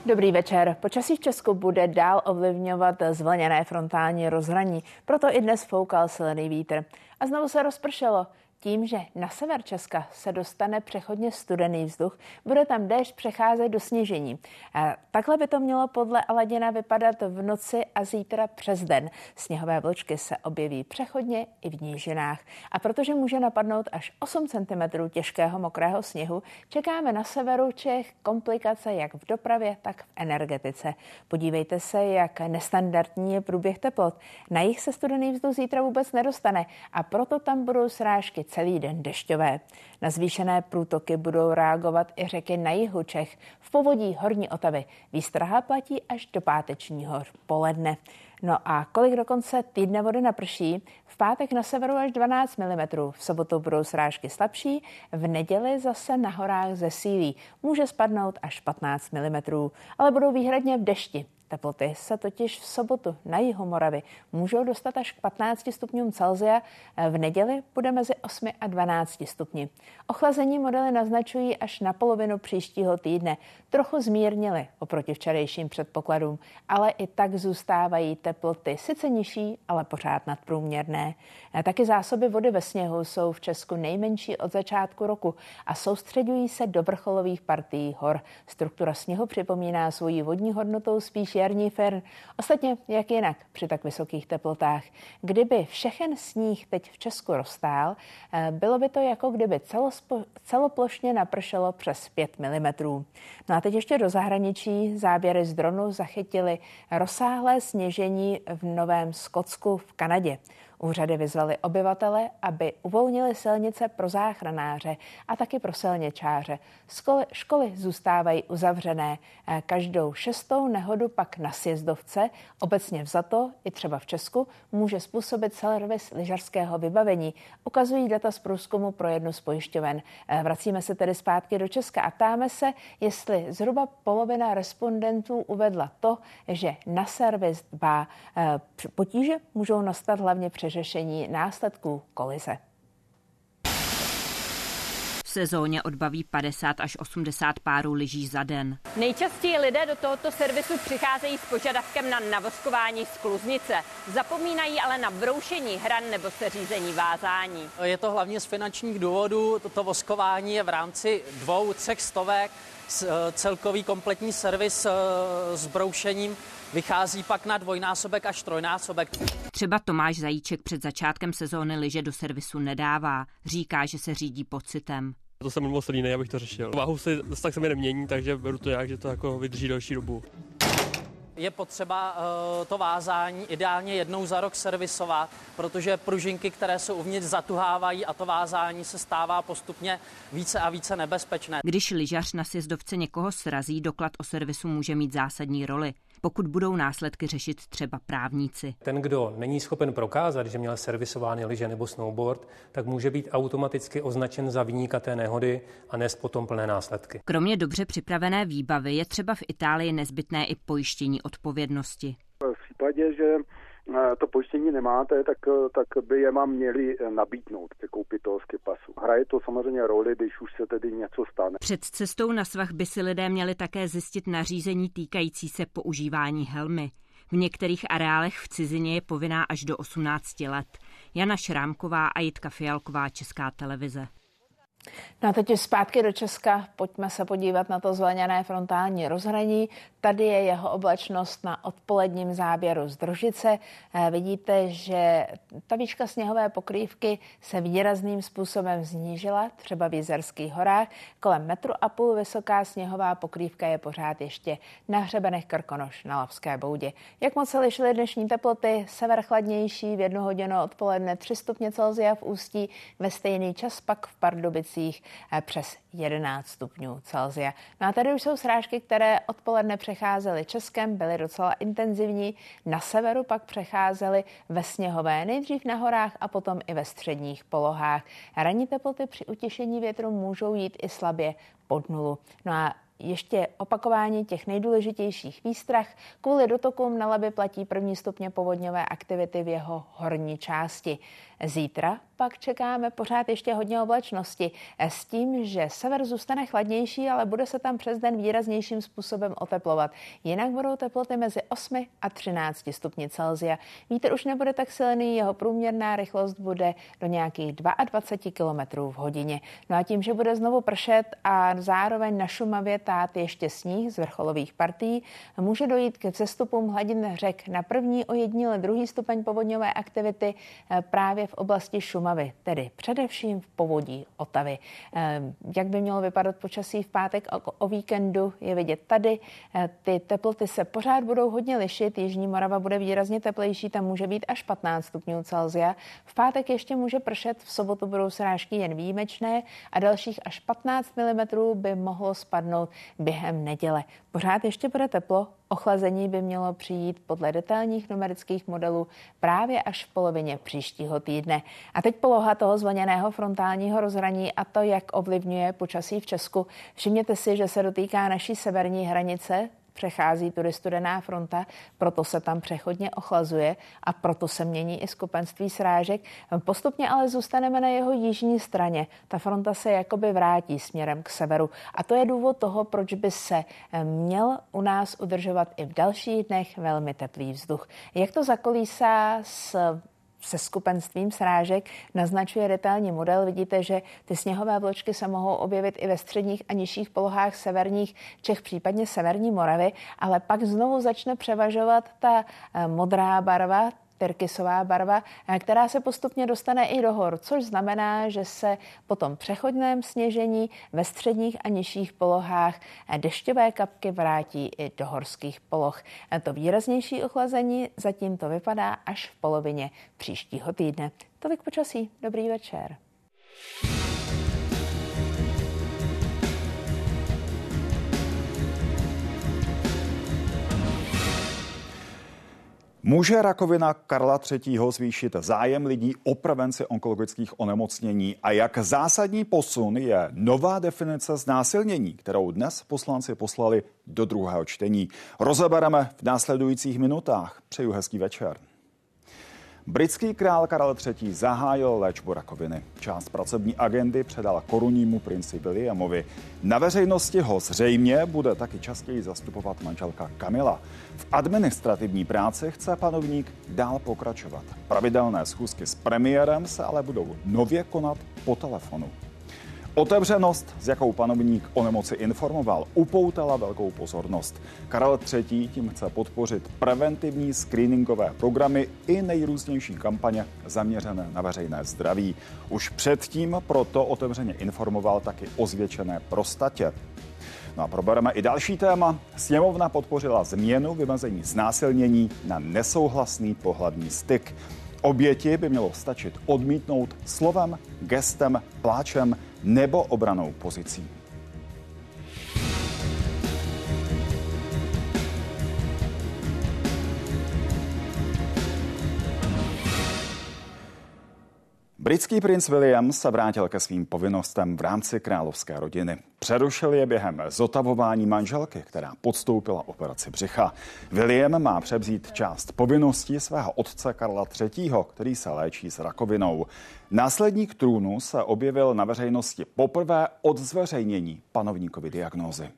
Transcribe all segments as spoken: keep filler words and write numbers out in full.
Dobrý večer. Počasí v Česku bude dál ovlivňovat zvlněné frontální rozhraní, proto i dnes foukal silný vítr. A znovu se rozpršelo. Tím, že na sever Česka se dostane přechodně studený vzduch, bude tam déšť přecházet do sněžení. A takhle by to mělo podle Aladina vypadat v noci a zítra přes den. Sněhové vločky se objeví přechodně i v nížinách. A protože může napadnout až osm centimetrů těžkého mokrého sněhu, čekáme na severu Čech komplikace jak v dopravě, tak v energetice. Podívejte se, jak nestandardní je průběh teplot. Na jih se studený vzduch zítra vůbec nedostane a proto tam budou srážky celý den dešťové. Na zvýšené průtoky budou reagovat i řeky na jihu Čech. V povodí Horní Otavy výstraha platí až do pátečního poledne. No a kolik do konce týdne vody naprší? V pátek na severu až dvanáct milimetrů. V sobotu budou srážky slabší, v neděli zase na horách zesílí. Může spadnout až patnáct milimetrů, ale budou výhradně v dešti. Teploty se totiž v sobotu na jihu Moravy můžou dostat až k patnácti stupňům Celsia, v neděli bude mezi osmi a dvanácti stupni. Ochlazení modely naznačují až na polovinu příštího týdne. Trochu zmírnily oproti včerejším předpokladům, ale i tak zůstávají teploty sice nižší, ale pořád nadprůměrné. Taky zásoby vody ve sněhu jsou v Česku nejmenší od začátku roku a soustředují se do vrcholových partií hor. Struktura sněhu připomíná svojí vodní hodnotou spíš jarní fern. Ostatně jak jinak při tak vysokých teplotách. Kdyby všechen sníh teď v Česku roztál, bylo by to jako kdyby celospo, celoplošně napršelo přes pět milimetrů. No a teď ještě do zahraničí. Záběry z dronu zachytily rozsáhlé sněžení v Novém Skotsku v Kanadě. Úřady vyzvaly obyvatele, aby uvolnili silnice pro záchranáře a taky pro silničáře. Školy, školy zůstávají uzavřené. Každou šestou nehodu pak na sjezdovce, obecně vzato, i třeba v Česku, může způsobit servis lyžařského vybavení. Ukazují data z průzkumu pro jednu z pojišťoven. Vracíme se tedy zpátky do Česka a ptáme se, jestli zhruba polovina respondentů uvedla to, že na servis dbá. Potíže můžou nastat hlavně při řešení následků kolize. V sezóně odbaví padesát až osmdesát párů lyží za den. Nejčastěji lidé do tohoto servisu přicházejí s požadavkem na navoskování skluznice. Zapomínají ale na broušení hran nebo seřízení vázání. Je to hlavně z finančních důvodů. Toto voskování je v rámci dvou, třech stovek. Celkový kompletní servis s broušením vychází pak na dvojnásobek až trojnásobek. Třeba Tomáš Zajíček před začátkem sezóny lyže do servisu nedává. Říká, že se řídí pocitem. To jsem moc línej, abych to řešil. Váhu se tak se mi nemění, takže beru to jak, že to jako vydrží delší dobu. Je potřeba uh, to vázání ideálně jednou za rok servisovat, protože pružinky, které jsou uvnitř, zatuhávají a to vázání se stává postupně více a více nebezpečné. Když lyžař na sjezdovce někoho srazí, doklad o servisu může mít zásadní roli, pokud budou následky řešit třeba právníci. Ten, kdo není schopen prokázat, že měl servisovány lyže nebo snowboard, tak může být automaticky označen za viníka té nehody a nést potom plné následky. Kromě dobře připravené výbavy je třeba v Itálii nezbytné i pojištění odpovědnosti. V případě, že to pojištění nemáte, tak, tak by je vám měli nabídnout ke koupi toho skipasu. Hraje to samozřejmě roli, když už se tedy něco stane. Před cestou na svah by si lidé měli také zjistit nařízení týkající se používání helmy. V některých areálech v cizině je povinná až do osmnácti let. Jana Šrámková a Jitka Fialková, Česká televize. No a teď už zpátky do Česka, pojďme se podívat na to zvlněné frontální rozhraní. Tady je jeho oblačnost na odpoledním záběru z družice. Vidíte, že ta výška sněhové pokrývky se výrazným způsobem znížila, třeba v Jizerských horách. Kolem metru a půl vysoká sněhová pokrývka je pořád ještě na hřebenech Krkonoš na Lavské Boudě. Jak moc se lišily dnešní teploty? Sever chladnější, v jednu hodinu odpoledne tři stupně Celsia v Ústí, ve stejný čas pak v Pardubicích přes jedenáct stupňů Celsia. No a tady už jsou srážky, které odpoledne přecházely Českem, byly docela intenzivní. Na severu pak přecházely ve sněhové, nejdřív na horách a potom i ve středních polohách. Ranní teploty při utěšení větru můžou jít i slabě pod nulu. No a ještě opakování těch nejdůležitějších výstrah. Kvůli dotokům na Labi platí první stupně povodňové aktivity v jeho horní části. Zítra pak čekáme pořád ještě hodně oblačnosti. S tím, že sever zůstane chladnější, ale bude se tam přes den výraznějším způsobem oteplovat. Jinak budou teploty mezi osmi a třinácti stupni Celsia. Vítr už nebude tak silný, jeho průměrná rychlost bude do nějakých dvacet dva kilometrů v hodině. No a tím, že bude znovu pršet a zároveň na Šumavě tát ještě sníh z vrcholových partií, může dojít k vzestupům hladin řek. Na první ojediněle druhý stupeň povodňové aktivity právě v oblasti Šumavy, tedy především v povodí Otavy. Jak by mělo vypadat počasí v pátek o víkendu, je vidět tady. Ty teploty se pořád budou hodně lišit. Jižní Morava bude výrazně teplejší, tam může být až patnáct stupňů Celsia. V pátek ještě může pršet, v sobotu budou srážky jen výjimečné a dalších až patnáct milimetrů by mohlo spadnout během neděle. Pořád ještě bude teplo, ochlazení by mělo přijít podle detailních numerických modelů právě až v polovině příštího týdne. A teď poloha toho zvlněného frontálního rozhraní a to, jak ovlivňuje počasí v Česku. Všimněte si, že se dotýká naší severní hranice, přechází tudy studená fronta, proto se tam přechodně ochlazuje a proto se mění i skupenství srážek. Postupně ale zůstaneme na jeho jižní straně. Ta fronta se jakoby vrátí směrem k severu. A to je důvod toho, proč by se měl u nás udržovat i v dalších dnech velmi teplý vzduch. Jak to zakolísá s se skupenstvím srážek, naznačuje detailní model. Vidíte, že ty sněhové vločky se mohou objevit i ve středních a nižších polohách severních Čech, případně severní Moravy, ale pak znovu začne převažovat ta modrá barva, tyrkysová barva, která se postupně dostane i do hor, což znamená, že se po tom přechodném sněžení ve středních a nižších polohách dešťové kapky vrátí i do horských poloh. To výraznější ochlazení zatím to vypadá až v polovině příštího týdne. Tolik počasí. Dobrý večer. Může rakovina Karla třetího zvýšit zájem lidí o prevenci onkologických onemocnění a jak zásadní posun je nová definice znásilnění, kterou dnes poslanci poslali do druhého čtení. Rozebereme v následujících minutách. Přeju hezký večer. Britský král Karel třetí zahájil léčbu rakoviny. Část pracovní agendy předala korunnímu princi Williamovi. Na veřejnosti ho zřejmě bude taky častěji zastupovat manželka Kamila. V administrativní práci chce panovník dál pokračovat. Pravidelné schůzky s premiérem se ale budou nově konat po telefonu. Otevřenost, s jakou panovník o nemoci informoval, upoutala velkou pozornost. Karel třetí tím chce podpořit preventivní screeningové programy i nejrůznější kampaně zaměřené na veřejné zdraví. Už předtím proto otevřeně informoval taky o zvětšené prostatě. No a probereme i další téma. Sněmovna podpořila změnu vymezení znásilnění na nesouhlasný pohlavní styk. Oběti by mělo stačit odmítnout slovem, gestem, pláčem nebo obranou pozicí. Britský princ William se vrátil ke svým povinnostem v rámci královské rodiny. Přerušil je během zotavování manželky, která podstoupila operaci břicha. William má převzít část povinností svého otce Karla třetího, který se léčí s rakovinou. Následník trůnu se objevil na veřejnosti poprvé od zveřejnění panovníkovy diagnózy.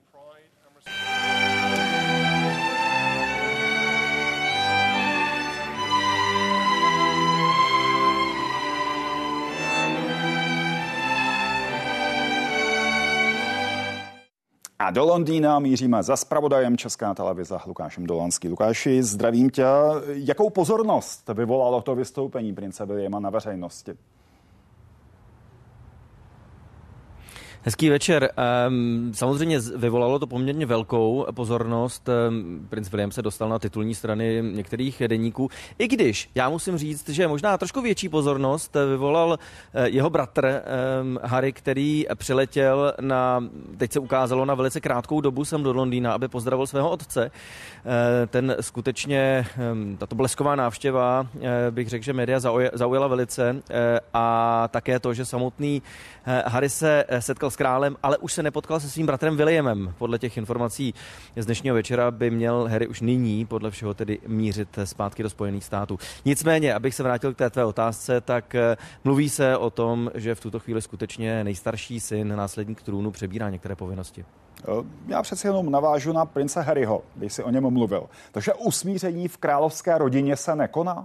A do Londýna míříme za zpravodajem Česká televize Lukášem Dolanský. Lukáši, zdravím tě. Jakou pozornost vyvolalo to vystoupení prince Williama na veřejnosti? Hezký večer. Samozřejmě vyvolalo to poměrně velkou pozornost. Princ William se dostal na titulní strany některých deníků. I když já musím říct, že možná trošku větší pozornost vyvolal jeho bratr Harry, který přiletěl na, teď se ukázalo, na velice krátkou dobu sem do Londýna, aby pozdravil svého otce. Ten skutečně, tato blesková návštěva, bych řekl, že média zaujala velice, a také to, že samotný Harry se setkal setkal s králem, ale už se nepotkal se svým bratrem Williamem. Podle těch informací z dnešního večera by měl Harry už nyní, podle všeho tedy, mířit zpátky do Spojených států. Nicméně, abych se vrátil k té tvé otázce, tak mluví se o tom, že v tuto chvíli skutečně nejstarší syn, následník trůnu, přebírá některé povinnosti. Já přeci jenom navážu na prince Harryho, když si o něm mluvil. Takže usmíření v královské rodině se nekoná?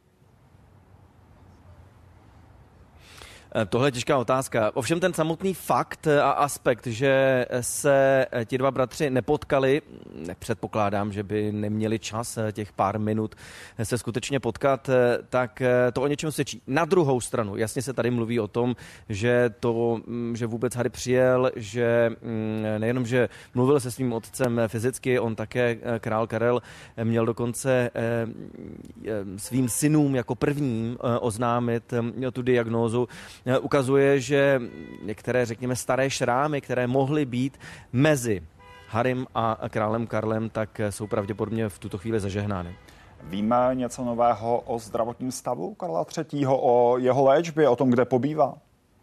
Tohle je těžká otázka. Ovšem ten samotný fakt a aspekt, že se ti dva bratři nepotkali, nepředpokládám, že by neměli čas těch pár minut se skutečně potkat, tak to o něčem svědčí. Na druhou stranu, jasně se tady mluví o tom, že to, že vůbec Harry přijel, že nejenom, že mluvil se svým otcem fyzicky, on také, král Karel, měl dokonce svým synům jako prvním oznámit tu diagnózu. Ukazuje, že některé, řekněme, staré šrámy, které mohly být mezi Harrym a králem Karlem, tak jsou pravděpodobně v tuto chvíli zažehnány. Víme něco nového o zdravotním stavu Karla třetího, o jeho léčbě, o tom, kde pobývá?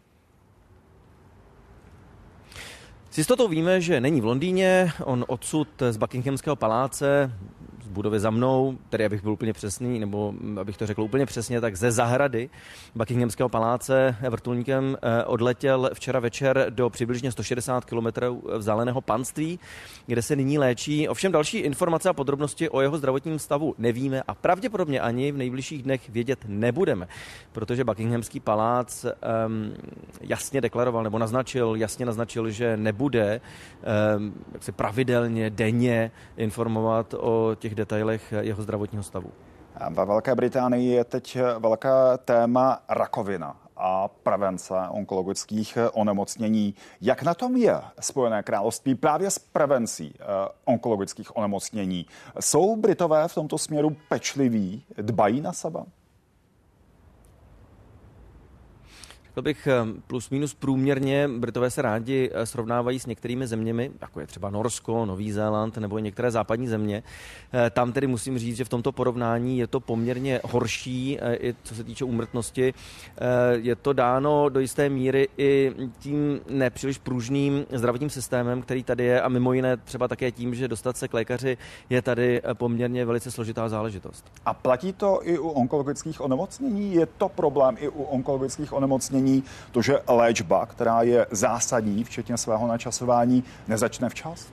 S jistotou víme, že není v Londýně, on odsud z Buckinghamského paláce, z budovy za mnou, tedy abych byl úplně přesný, nebo abych to řekl úplně přesně, tak ze zahrady Buckinghamského paláce vrtulníkem odletěl včera večer do přibližně sto šedesát kilometrů vzdáleného panství, kde se nyní léčí. Ovšem další informace a podrobnosti o jeho zdravotním stavu nevíme a pravděpodobně ani v nejbližších dnech vědět nebudeme, protože Buckinghamský palác um, jasně deklaroval nebo naznačil, jasně naznačil, že nebude um, jak se pravidelně, denně informovat o těch detailech jeho zdravotního stavu. Ve Velké Británii je teď velké téma rakovina a prevence onkologických onemocnění. Jak na tom je Spojené království právě s prevencí onkologických onemocnění? Jsou Britové v tomto směru pečliví, dbají na sebe? Řekl bych plus minus průměrně. Britové se rádi srovnávají s některými zeměmi, jako je třeba Norsko, Nový Zéland nebo některé západní země. Tam tedy musím říct, že v tomto porovnání je to poměrně horší, i co se týče úmrtnosti. Je to dáno do jisté míry i tím nepříliš pružným zdravotním systémem, který tady je, a mimo jiné třeba také tím, že dostat se k lékaři je tady poměrně velice složitá záležitost. A platí to i u onkologických onemocnění? Je to problém i u onkologických onemocnění? To, že léčba, která je zásadní, včetně svého načasování, nezačne včas?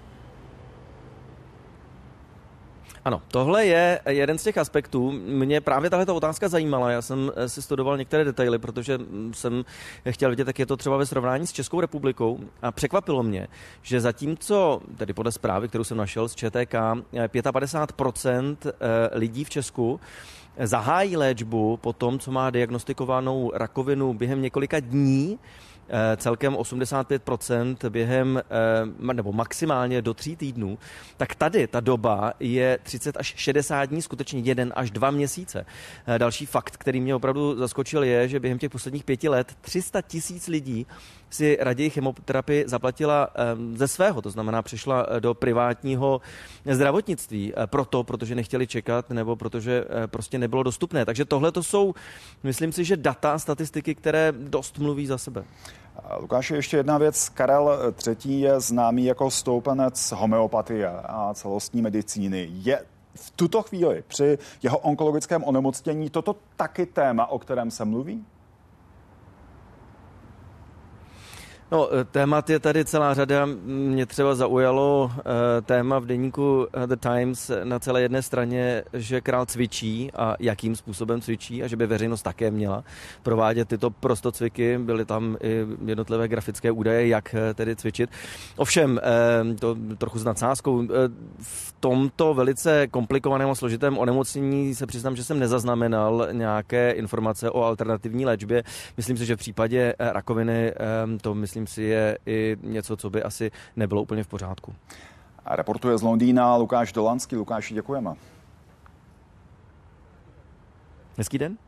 Ano, tohle je jeden z těch aspektů. Mě právě tahle otázka zajímala. Já jsem si studoval některé detaily, protože jsem chtěl vidět, jak je to třeba ve srovnání s Českou republikou. A překvapilo mě, že zatímco, tedy podle zprávy, kterou jsem našel z ČTK, padesát pět procent lidí v Česku zahájí léčbu po tom, co má diagnostikovanou rakovinu během několika dní, celkem osmdesát pět procent během, nebo maximálně do tří týdnů, tak tady ta doba je třicet až šedesát dní, skutečně jeden až dva měsíce. Další fakt, který mě opravdu zaskočil, je, že během těch posledních pěti let tři sta tisíc lidí si raději chemoterapii zaplatila ze svého, to znamená přišla do privátního zdravotnictví, proto, protože nechtěli čekat nebo protože prostě nebylo dostupné. Takže tohle to jsou, myslím si, že data, statistiky, které dost mluví za sebe. Lukáši, ještě jedna věc. Karel třetí je známý jako stoupenec homeopatie a celostní medicíny. Je v tuto chvíli při jeho onkologickém onemocnění toto taky téma, o kterém se mluví? No, témat je tady celá řada. Mě třeba zaujalo téma v deníku The Times na celé jedné straně, že král cvičí a jakým způsobem cvičí a že by veřejnost také měla provádět tyto prostocviky. Byly tam i jednotlivé grafické údaje, jak tedy cvičit. Ovšem, to trochu s nadsázkou, v tomto velice komplikovaném a složitém onemocnění se přiznám, že jsem nezaznamenal nějaké informace o alternativní léčbě. Myslím si, že v případě rakoviny to myslím, Myslím si, je i něco, co by asi nebylo úplně v pořádku. A reportuje z Londýna Lukáš Dolanský. Lukáši, děkujeme. Hezký den.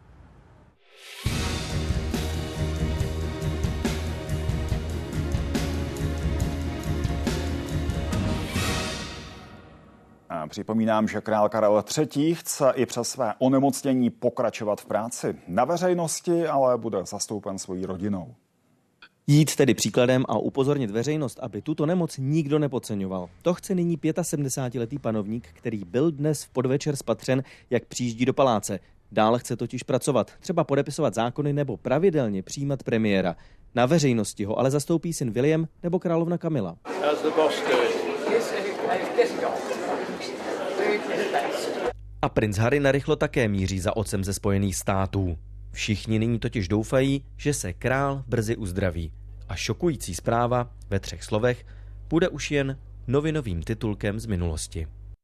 A připomínám, že král Karel třetí chce i přes své onemocnění pokračovat v práci. Na veřejnosti ale bude zastoupen svojí rodinou. Jít tedy příkladem a upozornit veřejnost, aby tuto nemoc nikdo nepodceňoval. To chce nyní sedmdesátipětiletý panovník, který byl dnes v podvečer spatřen, jak přijíždí do paláce. Dále chce totiž pracovat, třeba podepisovat zákony nebo pravidelně přijímat premiéra. Na veřejnosti ho ale zastoupí syn William nebo královna Kamila. A princ Harry narychlo také míří za otcem ze Spojených států. Všichni nyní totiž doufají, že se král brzy uzdraví. A šokující zpráva ve třech slovech bude už jen novinovým titulkem z minulosti.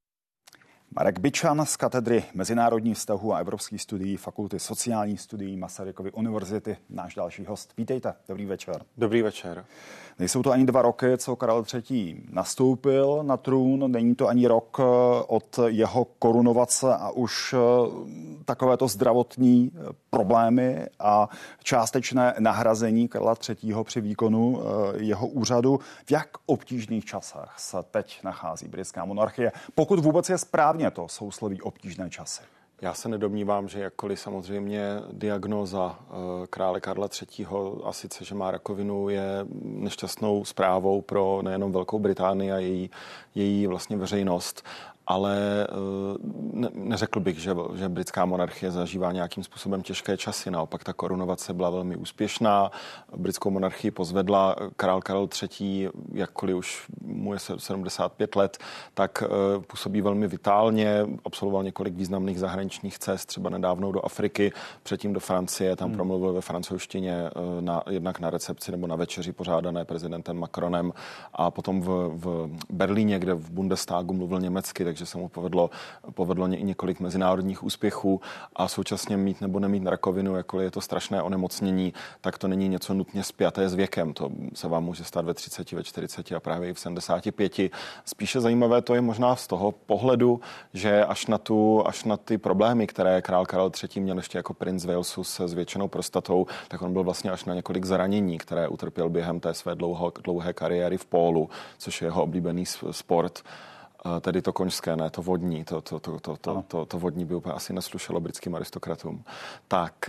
Marek Byčan z katedry mezinárodních vztahů a evropských studií Fakulty sociálních studií Masarykovy univerzity, náš další host. Vítejte, dobrý večer. Dobrý večer. Nejsou to ani dva roky, co Karel třetí nastoupil na trůn, není to ani rok od jeho korunovace a už takovéto zdravotní problémy a částečné nahrazení Karla třetího při výkonu jeho úřadu. V jak obtížných časech se teď nachází britská monarchie, pokud vůbec je správně to sousloví obtížné časy? Já se nedomnívám, že jakkoliv samozřejmě diagnóza krále Karla třetího a sice, že má rakovinu, je nešťastnou zprávou pro nejenom Velkou Británii a její, její vlastně veřejnost, ale ne, neřekl bych, že, že britská monarchie zažívá nějakým způsobem těžké časy. Naopak ta korunovace byla velmi úspěšná. Britskou monarchii pozvedla král Karel třetí, jakkoliv už mu je sedmdesát pět let, tak působí velmi vitálně. Absolvoval několik významných zahraničních cest, třeba nedávnou do Afriky, předtím do Francie, tam hmm. promluvil ve francouzštině na, jednak na recepci nebo na večeři pořádané prezidentem Macronem a potom v, v Berlíně, kde v Bundestagu mluvil německy, takže se mu povedlo, povedlo ně, několik mezinárodních úspěchů a současně mít nebo nemít rakovinu, jakkoliv je to strašné onemocnění, tak to není něco nutně spjaté s věkem. To se vám může stát ve třiceti, ve čtyřiceti a právě i v sedmdesáti pěti. Spíše zajímavé to je možná z toho pohledu, že až na, tu, až na ty problémy, které král Karel třetí měl ještě jako princ Walesu se zvětšenou prostatou, tak on byl vlastně až na několik zranění, které utrpěl během té své dlouho, dlouhé kariéry v pólu, což je jeho oblíbený sport. Tedy to koňské, ne, to vodní, to, to, to, to, to, to, to vodní by úplně asi neslušelo britským aristokratům. Tak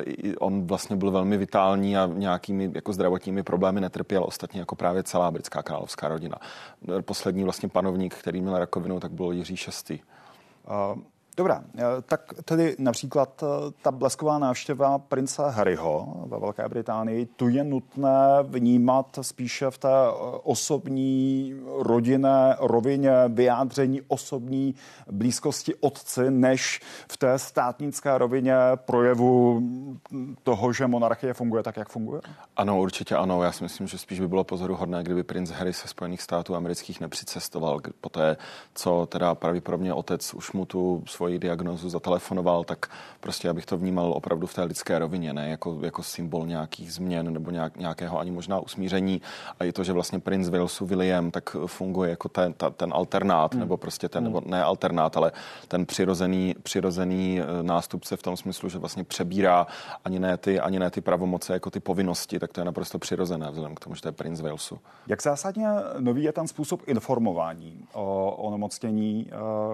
on vlastně byl velmi vitální a nějakými jako zdravotními problémy netrpěl, ostatně jako právě celá britská královská rodina. Poslední vlastně panovník, který měl rakovinu, tak byl Jiří šestý. Uh... Dobrá, tak tedy například ta blesková návštěva prince Harryho ve Velké Británii, tu je nutné vnímat spíše v té osobní rodinné rovině, vyjádření osobní blízkosti otci, než v té státnické rovině projevu toho, že monarchie funguje tak, jak funguje? Ano, určitě ano. Já si myslím, že spíš by bylo pozoruhodné, kdyby princ Harry se Spojených států amerických nepřicestoval. Poté, co teda pravděpodobně otec už mu tu svoji diagnózu zatelefonoval, tak prostě abych to vnímal opravdu v té lidské rovině, ne jako, jako symbol nějakých změn nebo nějak, nějakého ani možná usmíření. A i to, že vlastně princ Walesu William tak funguje jako ten, ta, ten alternát, hmm. nebo prostě ten, hmm. nebo ne alternát, ale ten přirozený, přirozený nástupce v tom smyslu, že vlastně přebírá ani ne ty, ani ne ty pravomoce jako ty povinnosti, tak to je naprosto přirozené vzhledem k tomu, že to je princ Walesu. Jak zásadně nový je ten způsob informování o onemocnění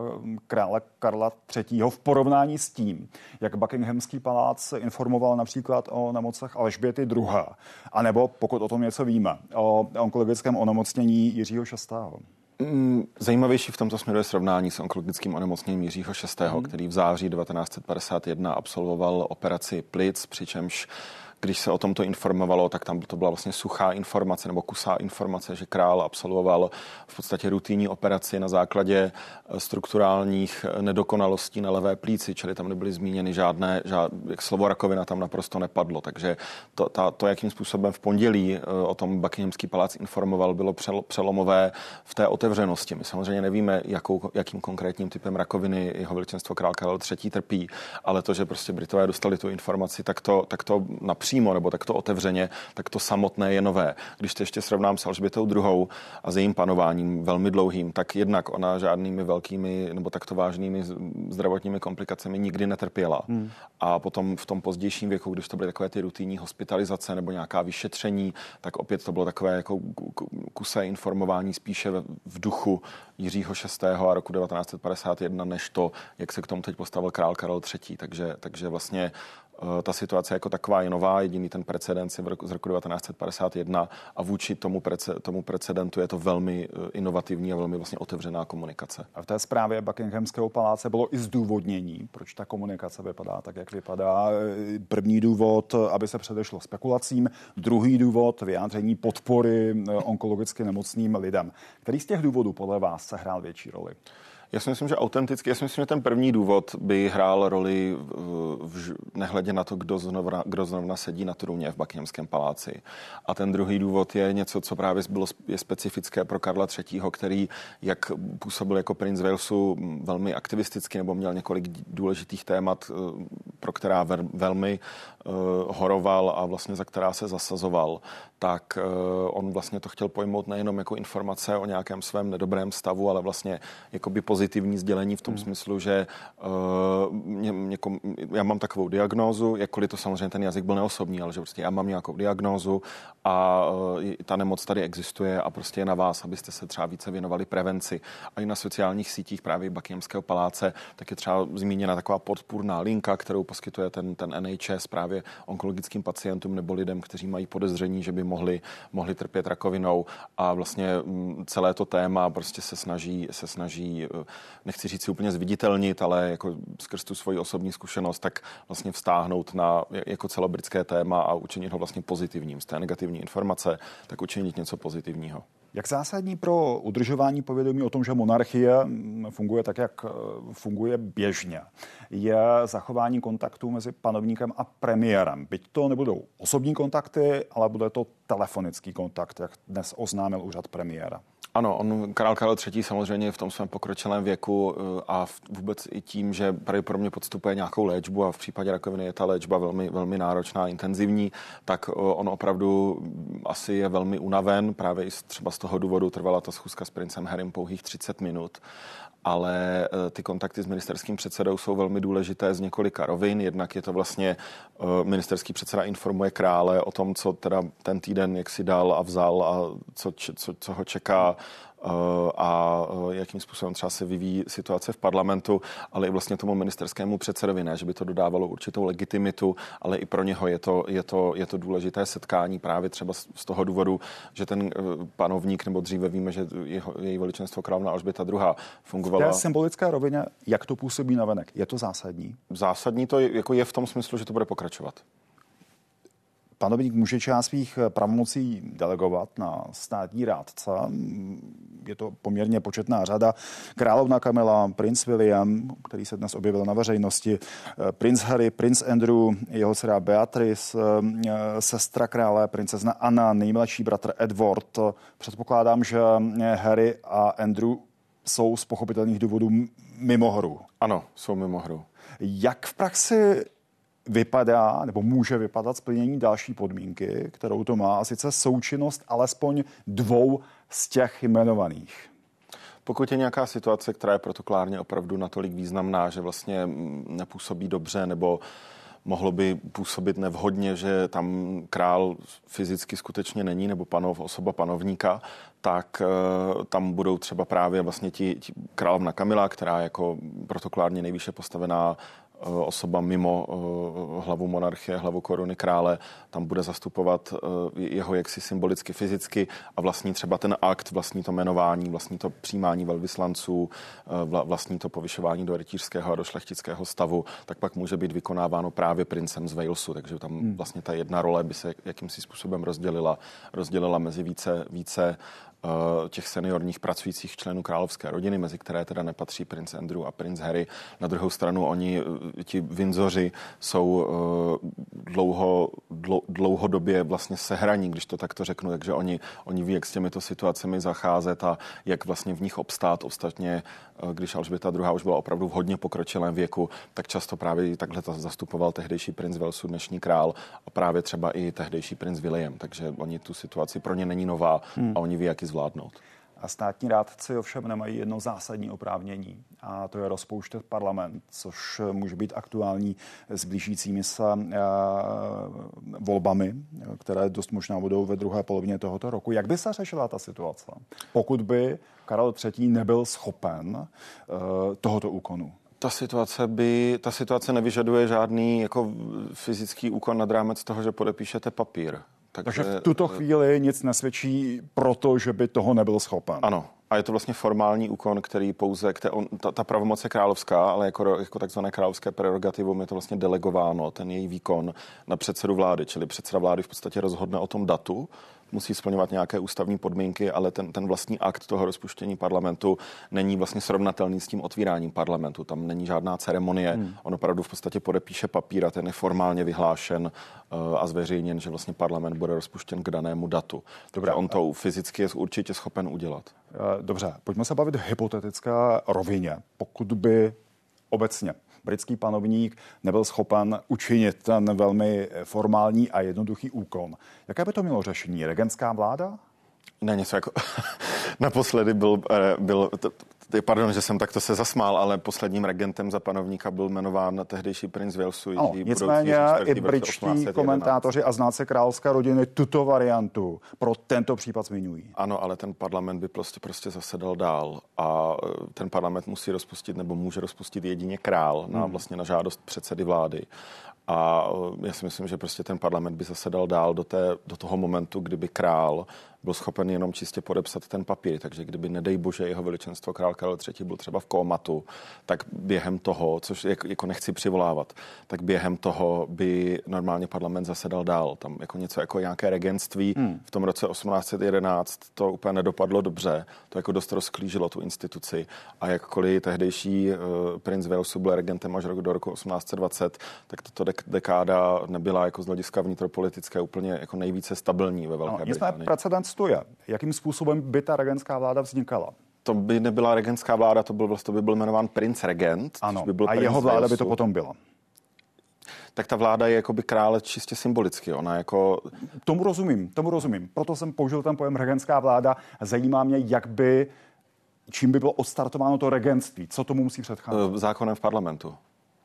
krále Karla třetího v porovnání s tím, jak Buckinghamský palác informoval například o nemocech Alžběty druhé. A nebo, pokud o tom něco víme, o onkologickém onemocnění Jiřího šestého. Zajímavější v tomto směru je srovnání s onkologickým onemocněním Jiřího šestého, hmm. který v září devatenáct set padesát jedna absolvoval operaci plic, přičemž když se o tomto informovalo, tak tam to byla vlastně suchá informace nebo kusá informace, že král absolvoval v podstatě rutinní operaci na základě strukturálních nedokonalostí na levé plíci, čili tam nebyly zmíněny žádné, žád, jak slovo rakovina tam naprosto nepadlo. Takže to, ta, to, jakým způsobem v pondělí o tom Buckinghamský palác informoval, bylo přelomové v té otevřenosti. My samozřejmě nevíme, jakou, jakým konkrétním typem rakoviny jeho veličenstvo král Karel třetí trpí, ale to, že prostě Britové dostali tu informaci, tak to, tak to například přímo nebo takto otevřeně, tak to samotné je nové. Když to ještě srovnám s Alžbětou druhou a s jejím panováním velmi dlouhým, tak jednak ona žádnými velkými nebo takto vážnými zdravotními komplikacemi nikdy netrpěla. Hmm. A potom v tom pozdějším věku, když to byly takové ty rutinní hospitalizace nebo nějaká vyšetření, tak opět to bylo takové jako kusé informování spíše v duchu Jiřího šestého a roku devatenáct set padesát jedna, než to, jak se k tomu teď postavil král Karel třetí. Takže, takže vlastně Ta situace jako taková je nová, jediný ten precedens je v roku, z roku devatenáct set padesát jedna a vůči tomu, prece, tomu precedentu je to velmi inovativní a velmi vlastně otevřená komunikace. A v té zprávě Buckinghamského paláce bylo i zdůvodnění, proč ta komunikace vypadá tak, jak vypadá. První důvod, aby se předešlo spekulacím, druhý důvod, vyjádření podpory onkologicky nemocným lidem. Který z těch důvodů podle vás sehrál větší roli? Já si myslím, že autenticky, já si myslím, že ten první důvod by hrál roli v, nehledě na to, kdo zrovna, kdo zrovna sedí na trůně v Buckinghamském paláci. A ten druhý důvod je něco, co právě bylo, je specifické pro Karla třetího, který jak působil jako princ Walesu velmi aktivisticky nebo měl několik důležitých témat, pro která ver, velmi uh, horoval a vlastně za která se zasazoval, tak uh, on vlastně to chtěl pojmout nejenom jako informace o nějakém svém nedobrém stavu, ale vlastně jakoby pozitivní sdělení v tom hmm. smyslu, že uh, mě, někom, já mám takovou diagnózu, jakkoliv to samozřejmě ten jazyk byl neosobní, ale že prostě já mám nějakou diagnózu a uh, ta nemoc tady existuje a prostě je na vás, abyste se třeba více věnovali prevenci. A i na sociálních sítích právě Buckinghamského paláce tak je třeba zmíněna taková podpůrná linka, kterou poskytuje ten, ten N H S právě onkologickým pacientům nebo lidem, kteří mají podezření, že by mohli, mohli trpět rakovinou a vlastně celé to téma prostě se snaží, se snaží nechci říct si úplně zviditelnit, ale jako skrz tu svoji osobní zkušenost, tak vlastně vztáhnout na jako celobritské téma a učinit ho vlastně pozitivním. Z té negativní informace, tak učinit něco pozitivního. Jak zásadní pro udržování povědomí o tom, že monarchie funguje tak, jak funguje běžně, je zachování kontaktů mezi panovníkem a premiérem? Byť to nebudou osobní kontakty, ale bude to telefonický kontakt, jak dnes oznámil úřad premiéra. Ano, on, král Karel třetí samozřejmě v tom svém pokročilém věku a vůbec i tím, že pravděpodobně podstupuje nějakou léčbu a v případě rakoviny je ta léčba velmi, velmi náročná, intenzivní, tak on opravdu asi je velmi unaven. Právě i třeba z toho důvodu trvala ta schůzka s princem Harrym pouhých třicet minut. Ale ty kontakty s ministerským předsedou jsou velmi důležité z několika rovin. Jednak je to vlastně ministerský předseda informuje krále o tom, co teda ten týden jak si dal a vzal a co, co, co ho čeká a jakým způsobem třeba se vyvíjí situace v parlamentu, ale i vlastně tomu ministerskému předsedovi, ne, že by to dodávalo určitou legitimitu, ale i pro něho je to, je to, je to důležité setkání právě třeba z toho důvodu, že ten panovník, nebo dříve víme, že jeho, její veličenstvo královna Alžběta druhá fungovala. V té symbolické rovině, jak to působí navenek? Je to zásadní? Zásadní to je, jako je v tom smyslu, že to bude pokračovat. Panovník může část svých pravomocí delegovat na státní rádce. Je to poměrně početná řada. Královna Kamila, princ William, který se dnes objevil na veřejnosti, princ Harry, princ Andrew, jeho dcera Beatrice, sestra krále, princezna Anna, nejmladší bratr Edward. Předpokládám, že Harry a Andrew jsou z pochopitelných důvodů mimo hru. Ano, jsou mimo hru. Jak v praxi vypadá, nebo může vypadat splnění další podmínky, kterou to má, a sice součinnost alespoň dvou z těch jmenovaných? Pokud je nějaká situace, která je protokolárně opravdu natolik významná, že vlastně nepůsobí dobře, nebo mohlo by působit nevhodně, že tam král fyzicky skutečně není, nebo panov, osoba panovníka, tak uh, tam budou třeba právě vlastně ti, ti královna Kamila, která jako protokolárně nejvýše postavená osoba mimo uh, hlavu monarchie, hlavu koruny krále, tam bude zastupovat uh, jeho jaksi symbolicky, fyzicky a vlastní třeba ten akt, vlastní to jmenování, vlastní to přijímání velvyslanců, uh, vla, vlastní to povyšování do rytířského a do šlechtického stavu, tak pak může být vykonáváno právě princem z Walesu, takže tam hmm. vlastně ta jedna role by se jakýmsi způsobem rozdělila, rozdělila mezi více, více těch seniorních pracujících členů královské rodiny, mezi které teda nepatří princ Andrew a princ Harry. Na druhou stranu oni, ti Windsoři, jsou dlouho, dlouhodobě vlastně sehraní, když to takto řeknu, takže oni, oni ví, jak s těmito situacemi zacházet a jak vlastně v nich obstát. Ostatně, když Alžběta druhá už byla opravdu v hodně pokročilém věku, tak často právě takhle zastupoval tehdejší princ Walesu, dnešní král, a právě třeba i tehdejší princ William, takže oni tu situaci pro ně není nová hmm. a oni ví, jak ji zvládnout. A státní rádci ovšem nemají jedno zásadní oprávnění, a to je rozpouštět parlament, což může být aktuální s blížícími se uh, volbami, které dost možná budou ve druhé polovině tohoto roku. Jak by se řešila ta situace, pokud by Karel třetí nebyl schopen uh, tohoto úkonu? Ta situace by, ta situace nevyžaduje žádný jako fyzický úkon nad rámec toho, že podepíšete papír. Takže, Takže v tuto chvíli nic nesvědčí proto, že by toho nebyl schopen. Ano. A je to vlastně formální úkon, který pouze, který on, ta, ta pravomoc je královská, ale jako, jako takzvané královské prerogativum je to vlastně delegováno, ten její výkon na předsedu vlády, čili předseda vlády v podstatě rozhodne o tom datu, musí splňovat nějaké ústavní podmínky, ale ten, ten vlastní akt toho rozpuštění parlamentu není vlastně srovnatelný s tím otvíráním parlamentu. Tam není žádná ceremonie. Hmm. On opravdu v podstatě podepíše papír a ten je formálně vyhlášen uh, a zveřejněn, že vlastně parlament bude rozpuštěn k danému datu. Dobře, on to fyzicky je určitě schopen udělat. Dobře, pojďme se bavit v hypotetické rovině. Pokud by obecně britský panovník nebyl schopen učinit ten velmi formální a jednoduchý úkon. Jaké by to mělo řešení? Regentská vláda? Ne, něco jako... Naposledy byl... byl to, pardon, že jsem takto se zasmál, ale posledním regentem za panovníka byl jmenován tehdejší princ Walesu. No, nicméně i britští komentátoři a znalci královské rodiny tuto variantu pro tento případ zmiňují. Ano, ale ten parlament by prostě, prostě zasedal dál a ten parlament musí rozpustit nebo může rozpustit jedině král hmm. na, vlastně na žádost předsedy vlády. A já si myslím, že prostě ten parlament by zasedal dál do, té, do toho momentu, kdyby král byl schopen jenom čistě podepsat ten papír. Takže kdyby, nedej bože, jeho veličenstvo král Karel třetí byl třeba v kómatu, tak během toho, což jako nechci přivolávat, tak během toho by normálně parlament zasedal dál. Tam jako něco jako nějaké regentství. Hmm. V tom roce osmnáct set jedenáct to úplně nedopadlo dobře. To jako dost rozklížilo tu instituci. A jakkoliv tehdejší uh, princ Walesu byl regentem až do roku osmnáct set dvacet, tak tato dek- dekáda nebyla jako z hlediska vnitropolitické úplně jako nejvíce stabilní ve Velké no, Británii. Precedens tu je. Jakým způsobem by ta regentská vláda vznikala? To by nebyla regentská vláda, to, byl, to by byl jmenován princ regent. Ano, by byl a jeho vláda Walesu. By to potom byla. Tak ta vláda je jakoby krále čistě symbolicky. Ona jako... Tomu rozumím, tomu rozumím. Proto jsem použil ten pojem regentská vláda. Zajímá mě, jak by, čím by bylo odstartováno to regentství. Co tomu musí předcházet? Zákonem v parlamentu.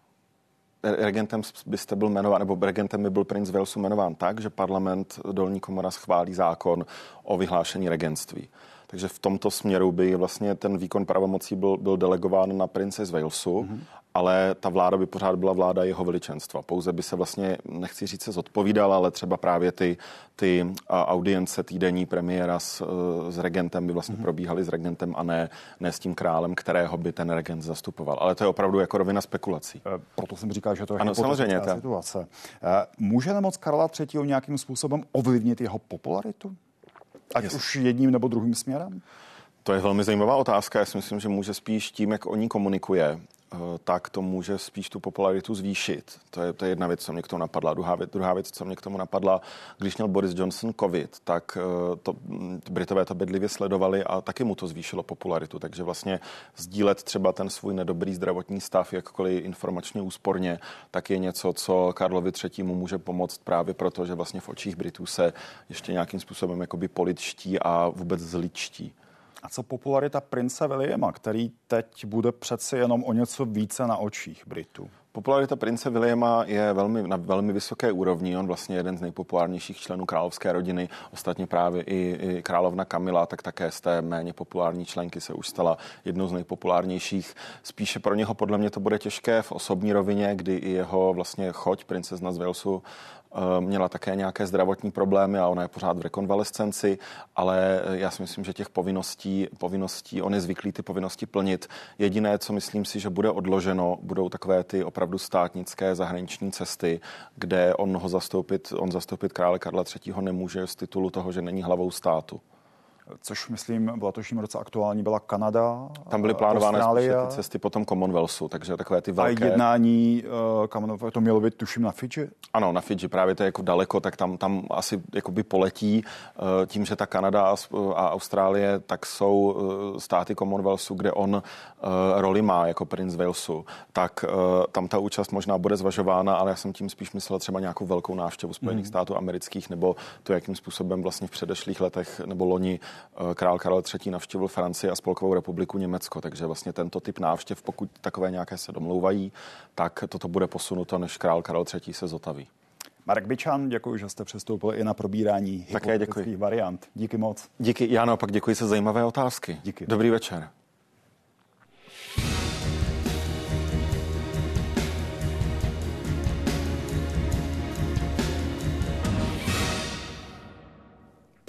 Regentem byste byl jmenován, nebo regentem by byl princ Walesu jmenován tak, že parlament, dolní komora schválí zákon o vyhlášení regentství. Takže v tomto směru by vlastně ten výkon pravomocí byl, byl delegován na prince z Walesu, mm-hmm. ale ta vláda by pořád byla vláda jeho veličenstva. Pouze by se vlastně, nechci říct se zodpovídala, ale třeba právě ty, ty audience týdenní premiéra s, s regentem by vlastně mm-hmm. probíhaly s regentem a ne, ne s tím králem, kterého by ten regent zastupoval. Ale to je opravdu jako rovina spekulací. E, proto jsem říkal, že to je ano, samozřejmě situace. E, může nemoc Karla třetího nějakým způsobem ovlivnit jeho popularitu? Ať yes. už jedním nebo druhým směrem? To je velmi zajímavá otázka. Já si myslím, že může spíš tím, jak o ní komunikuje, tak to může spíš tu popularitu zvýšit. To je, to je jedna věc, co mě k tomu napadla. Druhá věc, druhá věc, co mě k tomu napadla, když měl Boris Johnson covid, tak to, Britové to bedlivě sledovali a taky mu to zvýšilo popularitu. Takže vlastně sdílet třeba ten svůj nedobrý zdravotní stav, jakkoliv informačně úsporně, tak je něco, co Karlovi třetímu může pomoct právě proto, že vlastně v očích Britů se ještě nějakým způsobem jakoby politští a vůbec zličtí. A co popularita prince Williama, který teď bude přeci jenom o něco více na očích Britů? Popularita prince Williama je velmi, na velmi vysoké úrovni. On vlastně je jeden z nejpopulárnějších členů královské rodiny. Ostatně právě i, i královna Kamila, tak také z té méně populární členky se už stala jednou z nejpopulárnějších. Spíše pro něho podle mě to bude těžké v osobní rovině, kdy i jeho vlastně choť, princezna z Walesu, měla také nějaké zdravotní problémy a ona je pořád v rekonvalescenci, ale já si myslím, že těch povinností, povinností, on je zvyklý ty povinnosti plnit. Jediné, co myslím si, že bude odloženo, budou takové ty opravdu státnické zahraniční cesty, kde on ho zastoupit, on zastoupit krále Karla třetího nemůže z titulu toho, že není hlavou státu. Což, myslím, v letošním roce aktuální byla Kanada, tam byly plánované spíše ty cesty potom Commonwealthu, takže takové ty velké... A jednání, uh, to mělo být, tuším, na Fidži? Ano, na Fidži, právě to je jako daleko, tak tam, tam asi jakoby poletí uh, tím, že ta Kanada a, a Austrálie, tak jsou uh, státy Commonwealthu, kde on uh, roli má jako princ Walesu, tak uh, tam ta účast možná bude zvažována, ale já jsem tím spíš myslel třeba nějakou velkou návštěvu Spojených mm. států amerických, nebo to, jakým způsobem vlastně v předešlých letech nebo loni král Karel třetí navštívil Francii a Spolkovou republiku Německo, takže vlastně tento typ návštěv, pokud takové nějaké se domlouvají, tak toto bude posunuto, než král Karel třetí se zotaví. Marek Byčan, děkuji, že jste přistoupil i na probírání hypotetických variant. Díky moc. Díky, já naopak děkuji za zajímavé otázky. Díky. Dobrý večer.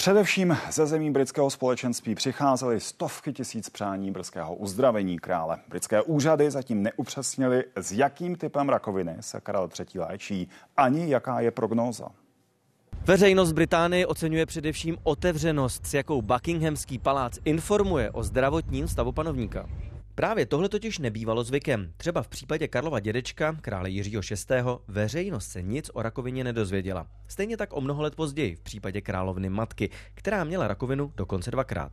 Především ze zemí britského společenství přicházely stovky tisíc přání brzkého uzdravení krále. Britské úřady zatím neupřesnily, s jakým typem rakoviny se Karel třetí. léčí, ani jaká je prognóza. Veřejnost Británie oceňuje především otevřenost, s jakou Buckinghamský palác informuje o zdravotním stavu panovníka. Právě tohle totiž nebývalo zvykem. Třeba v případě Karlova dědečka, krále Jiřího šestého. veřejnost se nic o rakovině nedozvěděla. Stejně tak o mnoho let později v případě královny matky, která měla rakovinu dokonce dvakrát.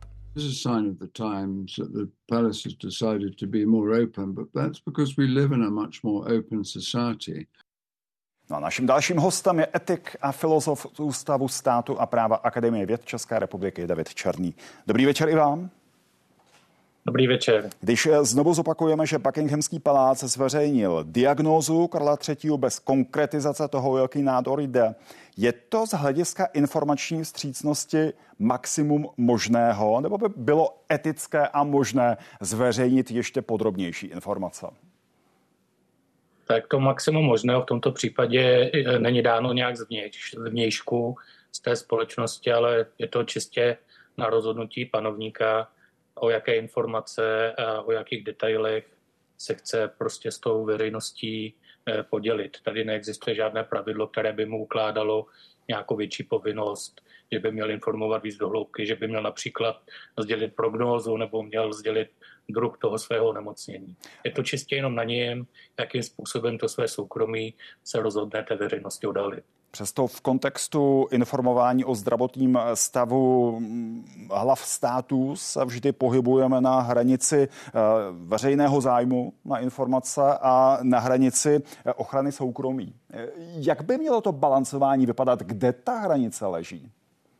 No a naším dalším hostem je etik a filozof Ústavu státu a práva Akademie věd České republiky David Černý. Dobrý večer i vám. Dobrý večer. Když znovu zopakujeme, že Buckinghamský palác zveřejnil diagnózu Karla třetího. bez konkretizace toho, o jaký nádor jde, je to z hlediska informační vstřícnosti maximum možného, nebo by bylo etické a možné zveřejnit ještě podrobnější informace? Tak to maximum možného v tomto případě není dáno nějak zvnějšku z té společnosti, ale je to čistě na rozhodnutí panovníka, o jaké informace a o jakých detailech se chce prostě s tou veřejností podělit. Tady neexistuje žádné pravidlo, které by mu ukládalo nějakou větší povinnost, že by měl informovat víc do hloubky, že by měl například sdělit prognózu nebo měl sdělit druh toho svého onemocnění. Je to čistě jenom na něm, jakým způsobem to své soukromí se rozhodne té veřejnosti odalit. Přesto v kontextu informování o zdravotním stavu hlav států se vždy pohybujeme na hranici veřejného zájmu na informace a na hranici ochrany soukromí. Jak by mělo to balancování vypadat? Kde ta hranice leží?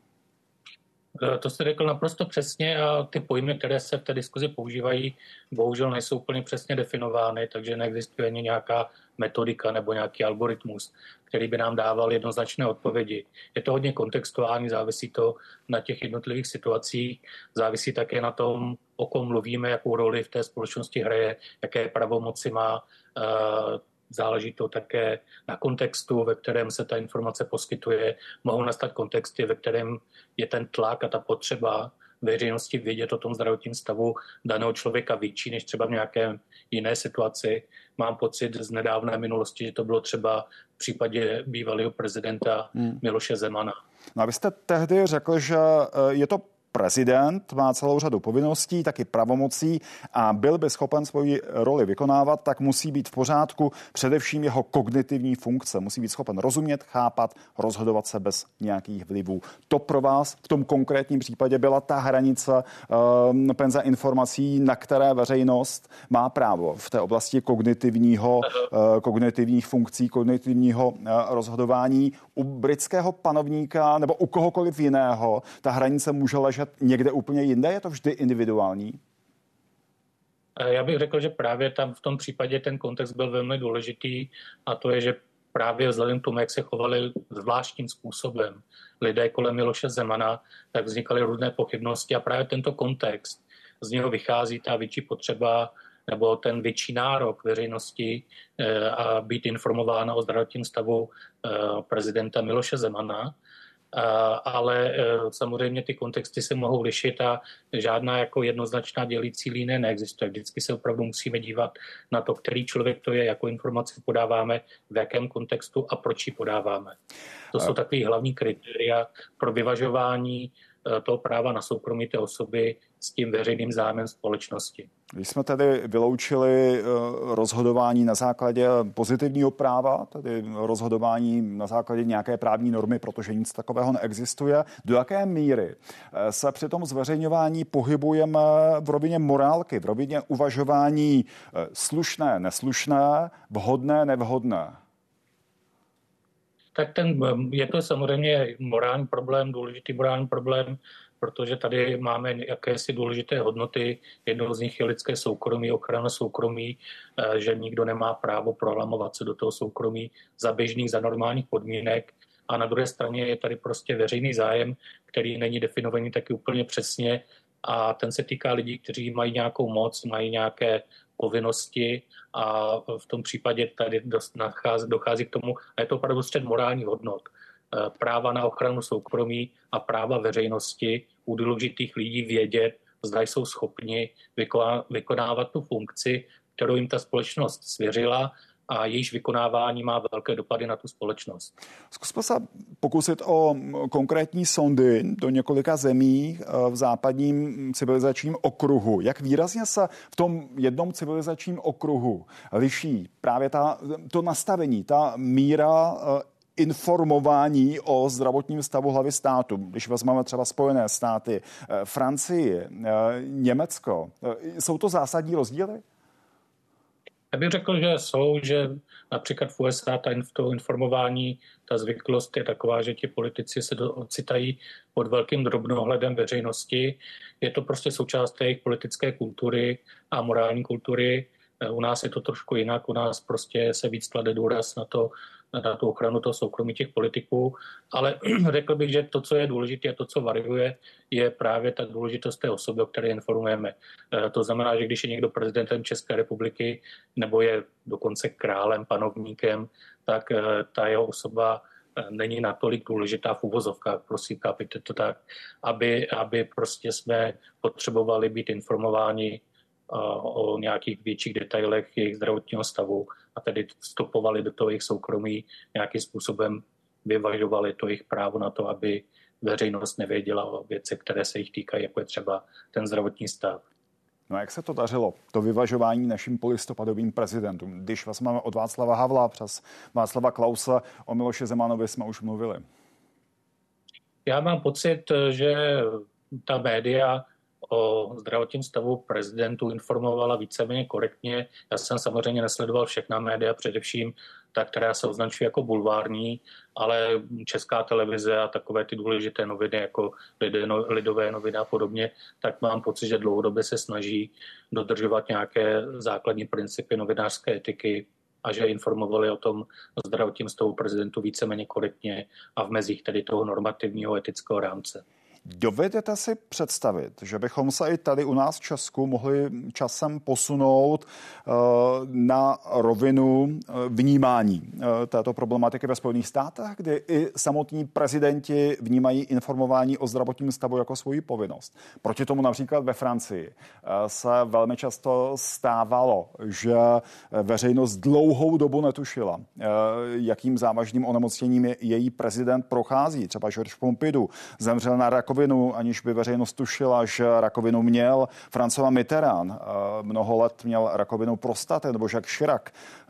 To jste řekl naprosto přesně a ty pojmy, které se v té diskuzi používají, bohužel nejsou úplně přesně definovány, takže neexistuje ani nějaká metodika nebo nějaký algoritmus, který by nám dával jednoznačné odpovědi. Je to hodně kontextuální, závisí to na těch jednotlivých situacích, závisí také na tom, o kom mluvíme, jakou roli v té společnosti hraje, jaké pravomoci má. Záleží to také na kontextu, ve kterém se ta informace poskytuje. Mohou nastat kontexty, ve kterém je ten tlak a ta potřeba veřejnosti vědět o tom zdravotním stavu daného člověka větší než třeba v nějaké jiné situaci. Mám pocit z nedávné minulosti, že to bylo třeba v případě bývalého prezidenta hmm. Miloše Zemana. No a vy jste tehdy řekl, že je to prezident, má celou řadu povinností, taky pravomocí a byl by schopen svoji roli vykonávat, tak musí být v pořádku především jeho kognitivní funkce. Musí být schopen rozumět, chápat, rozhodovat se bez nějakých vlivů. To pro vás v tom konkrétním případě byla ta hranice um, penze informací, na které veřejnost má právo v té oblasti kognitivního, uh, kognitivních funkcí, kognitivního uh, rozhodování. U britského panovníka nebo u kohokoliv jiného ta hranice může ležet někde úplně jinde? Je to vždy individuální? Já bych řekl, že právě tam v tom případě ten kontext byl velmi důležitý a to je, že právě vzhledem k tomu, jak se chovali zvláštním způsobem lidé kolem Miloše Zemana, tak vznikaly různé pochybnosti a právě tento kontext, z něho vychází ta větší potřeba nebo ten větší nárok veřejnosti a být informována o zdravotním stavu prezidenta Miloše Zemana. Ale samozřejmě ty kontexty se mohou lišit a žádná jako jednoznačná dělící linie neexistuje. Vždycky se opravdu musíme dívat na to, který člověk to je, jakou informaci podáváme, v jakém kontextu a proč ji podáváme. To jsou takový hlavní kritéria pro vyvažování toho práva na soukromí té osoby s tím veřejným zájmem společnosti. Když jsme tedy vyloučili rozhodování na základě pozitivního práva, tedy rozhodování na základě nějaké právní normy, protože nic takového neexistuje, do jaké míry se při tom zveřejňování pohybujeme v rovině morálky, v rovině uvažování slušné, neslušné, vhodné, nevhodné? Tak ten, je to samozřejmě morální problém, důležitý morální problém, protože tady máme jakési důležité hodnoty. Jednou z nich je lidské soukromí, ochrana soukromí, že nikdo nemá právo prolamovat se do toho soukromí za běžných, za normálních podmínek. A na druhé straně je tady prostě veřejný zájem, který není definovaný taky úplně přesně a ten se týká lidí, kteří mají nějakou moc, mají nějaké povinnosti a v tom případě tady dochází k tomu, a je to opravdu střed morálních hodnot. práva na ochranu soukromí a práva veřejnosti u důležitých lidí vědět, zda jsou schopni vykonávat tu funkci, kterou jim ta společnost svěřila a jejíž vykonávání má velké dopady na tu společnost. Zkusme se pokusit o konkrétní sondy do několika zemí v západním civilizačním okruhu. Jak výrazně se v tom jednom civilizačním okruhu liší právě ta, to nastavení, ta míra informování o zdravotním stavu hlavy státu, když vezmeme třeba Spojené státy, Francii, Německo. Jsou to zásadní rozdíly? Já bych řekl, že jsou, že například v U S A ta, to informování, ta zvyklost je taková, že ti politici se ocitají pod velkým drobnohledem veřejnosti. Je to prostě součást jejich politické kultury a morální kultury. U nás je to trošku jinak, u nás prostě se víc klade důraz na to, na tu ochranu toho soukromí těch politiků, ale řekl bych, že to, co je důležité a to, co variuje, je právě ta důležitost té osoby, o které informujeme. To znamená, že když je někdo prezidentem České republiky nebo je dokonce králem, panovníkem, tak ta jeho osoba není natolik důležitá v uvozovkách, prosím, chápejte to tak, aby, aby prostě jsme potřebovali být informováni o nějakých větších detailech jejich zdravotního stavu a tedy vstupovali do toho jejich soukromí, nějakým způsobem vyvažovali to jejich právo na to, aby veřejnost nevěděla o věcech, které se jich týkají, jako je třeba ten zdravotní stav. No a jak se to dařilo, to vyvažování našim polistopadovým prezidentům? Když vás máme od Václava Havla přes Václava Klause, o Miloši Zemanovi jsme už mluvili. Já mám pocit, že ta média o zdravotním stavu prezidentu informovala víceméně korektně. Já jsem samozřejmě nesledoval všechna média, především ta, která se označuje jako bulvární, ale Česká televize a takové ty důležité noviny, jako Lidové noviny a podobně, tak mám pocit, že dlouhodobě se snaží dodržovat nějaké základní principy novinářské etiky a že informovali o tom zdravotním stavu prezidentu víceméně korektně a v mezích tedy toho normativního etického rámce. Dovedete si představit, že bychom se i tady u nás v Česku mohli časem posunout uh, na rovinu uh, vnímání uh, této problematiky ve Spojených státech, kdy i samotní prezidenti vnímají informování o zdravotním stavu jako svoji povinnost. Proti tomu například ve Francii uh, se velmi často stávalo, že veřejnost dlouhou dobu netušila, uh, jakým závažným onemocněním je její prezident prochází. Třeba Georges Pompidou zemřel na rakovinu, aniž by veřejnost tušila, že rakovinu měl. François Mitterrand mnoho let měl rakovinu prostaty, nebo Jacques Chirac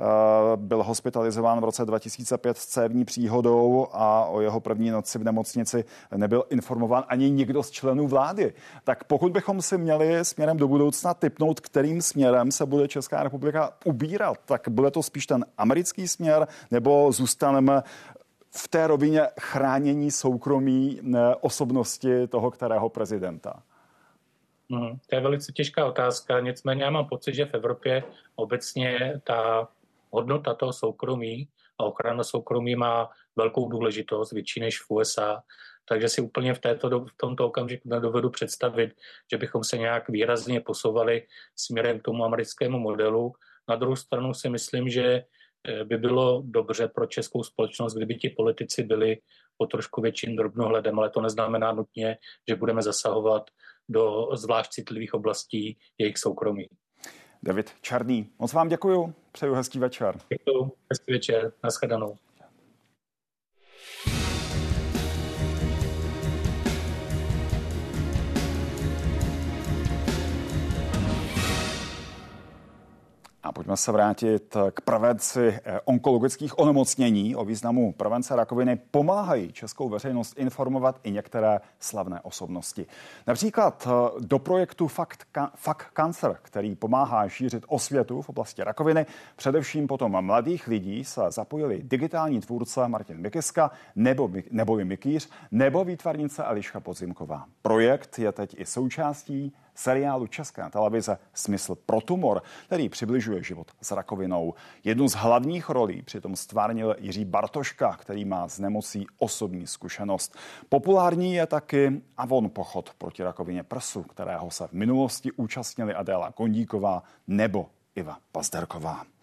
byl hospitalizován v roce dva tisíce pět s cévní příhodou a o jeho první noci v nemocnici nebyl informován ani nikdo z členů vlády. Tak pokud bychom si měli směrem do budoucna tipnout, kterým směrem se bude Česká republika ubírat, tak bude to spíš ten americký směr, nebo zůstaneme v té rovině chránění soukromí osobnosti toho, kterého prezidenta? Hmm, to je velice těžká otázka, nicméně já mám pocit, že v Evropě obecně ta hodnota toho soukromí a ochrana soukromí má velkou důležitost, větší než v U S A, takže si úplně v, této, v tomto okamžiku nedovedu představit, že bychom se nějak výrazně posouvali směrem k tomu americkému modelu. Na druhou stranu si myslím, že by bylo dobře pro českou společnost, kdyby ti politici byli po trošku větším drobnohledem, ale to neznamená nutně, že budeme zasahovat do zvlášť citlivých oblastí jejich soukromí. David Černý, moc vám děkuju, přeju hezký večer. Děkuju, hezký večer, nashledanou. A pojďme se vrátit k prevenci onkologických onemocnění. O významu prevence rakoviny pomáhají českou veřejnost informovat i některé slavné osobnosti. Například do projektu Fuck Cancer, který pomáhá šířit osvětu v oblasti rakoviny, především potom mladých lidí, se zapojili digitální tvůrce Martin Mikyska nebo, nebo i Mikýř, nebo výtvarnice Eliška Podzimková. Projekt je teď i součástí seriálu České televize Smysl pro tumor, který přibližuje život s rakovinou. Jednu z hlavních rolí přitom stvárnil Jiří Bartoška, který má s nemocí osobní zkušenost. Populární je taky Avon pochod proti rakovině prsu, kterého se v minulosti účastnili Adéla Kondíková nebo Iva Pazderková.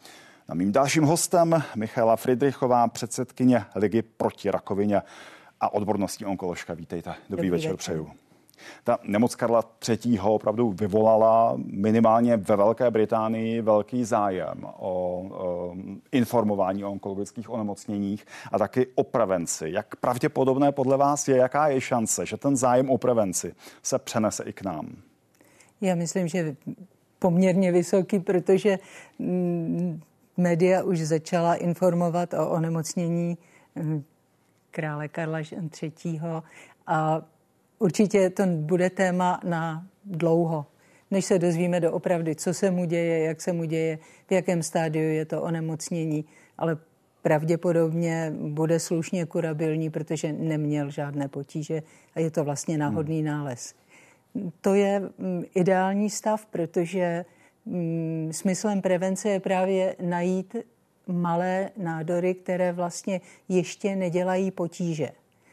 A mým dalším hostem Michaela Friedrichová, předsedkyně Ligy proti rakovině a odbornostní onkoložka. Vítejte. Dobrý, Dobrý večer, večer přeju. Ta nemoc Karla třetího opravdu vyvolala minimálně ve Velké Británii velký zájem o, o informování o onkologických onemocněních a taky o prevenci. Jak pravděpodobné podle vás je, jaká je šance, že ten zájem o prevenci se přenese i k nám? Já myslím, že poměrně vysoký, protože mm, média už začala informovat o onemocnění mm, krále Karla třetího. A určitě to bude téma na dlouho, než se dozvíme doopravdy, co se mu děje, jak se mu děje, v jakém stádiu je to onemocnění, ale pravděpodobně bude slušně kurabilní, protože neměl žádné potíže a je to vlastně náhodný hmm. nález. To je ideální stav, protože mm, smyslem prevence je právě najít malé nádory, které vlastně ještě nedělají potíže.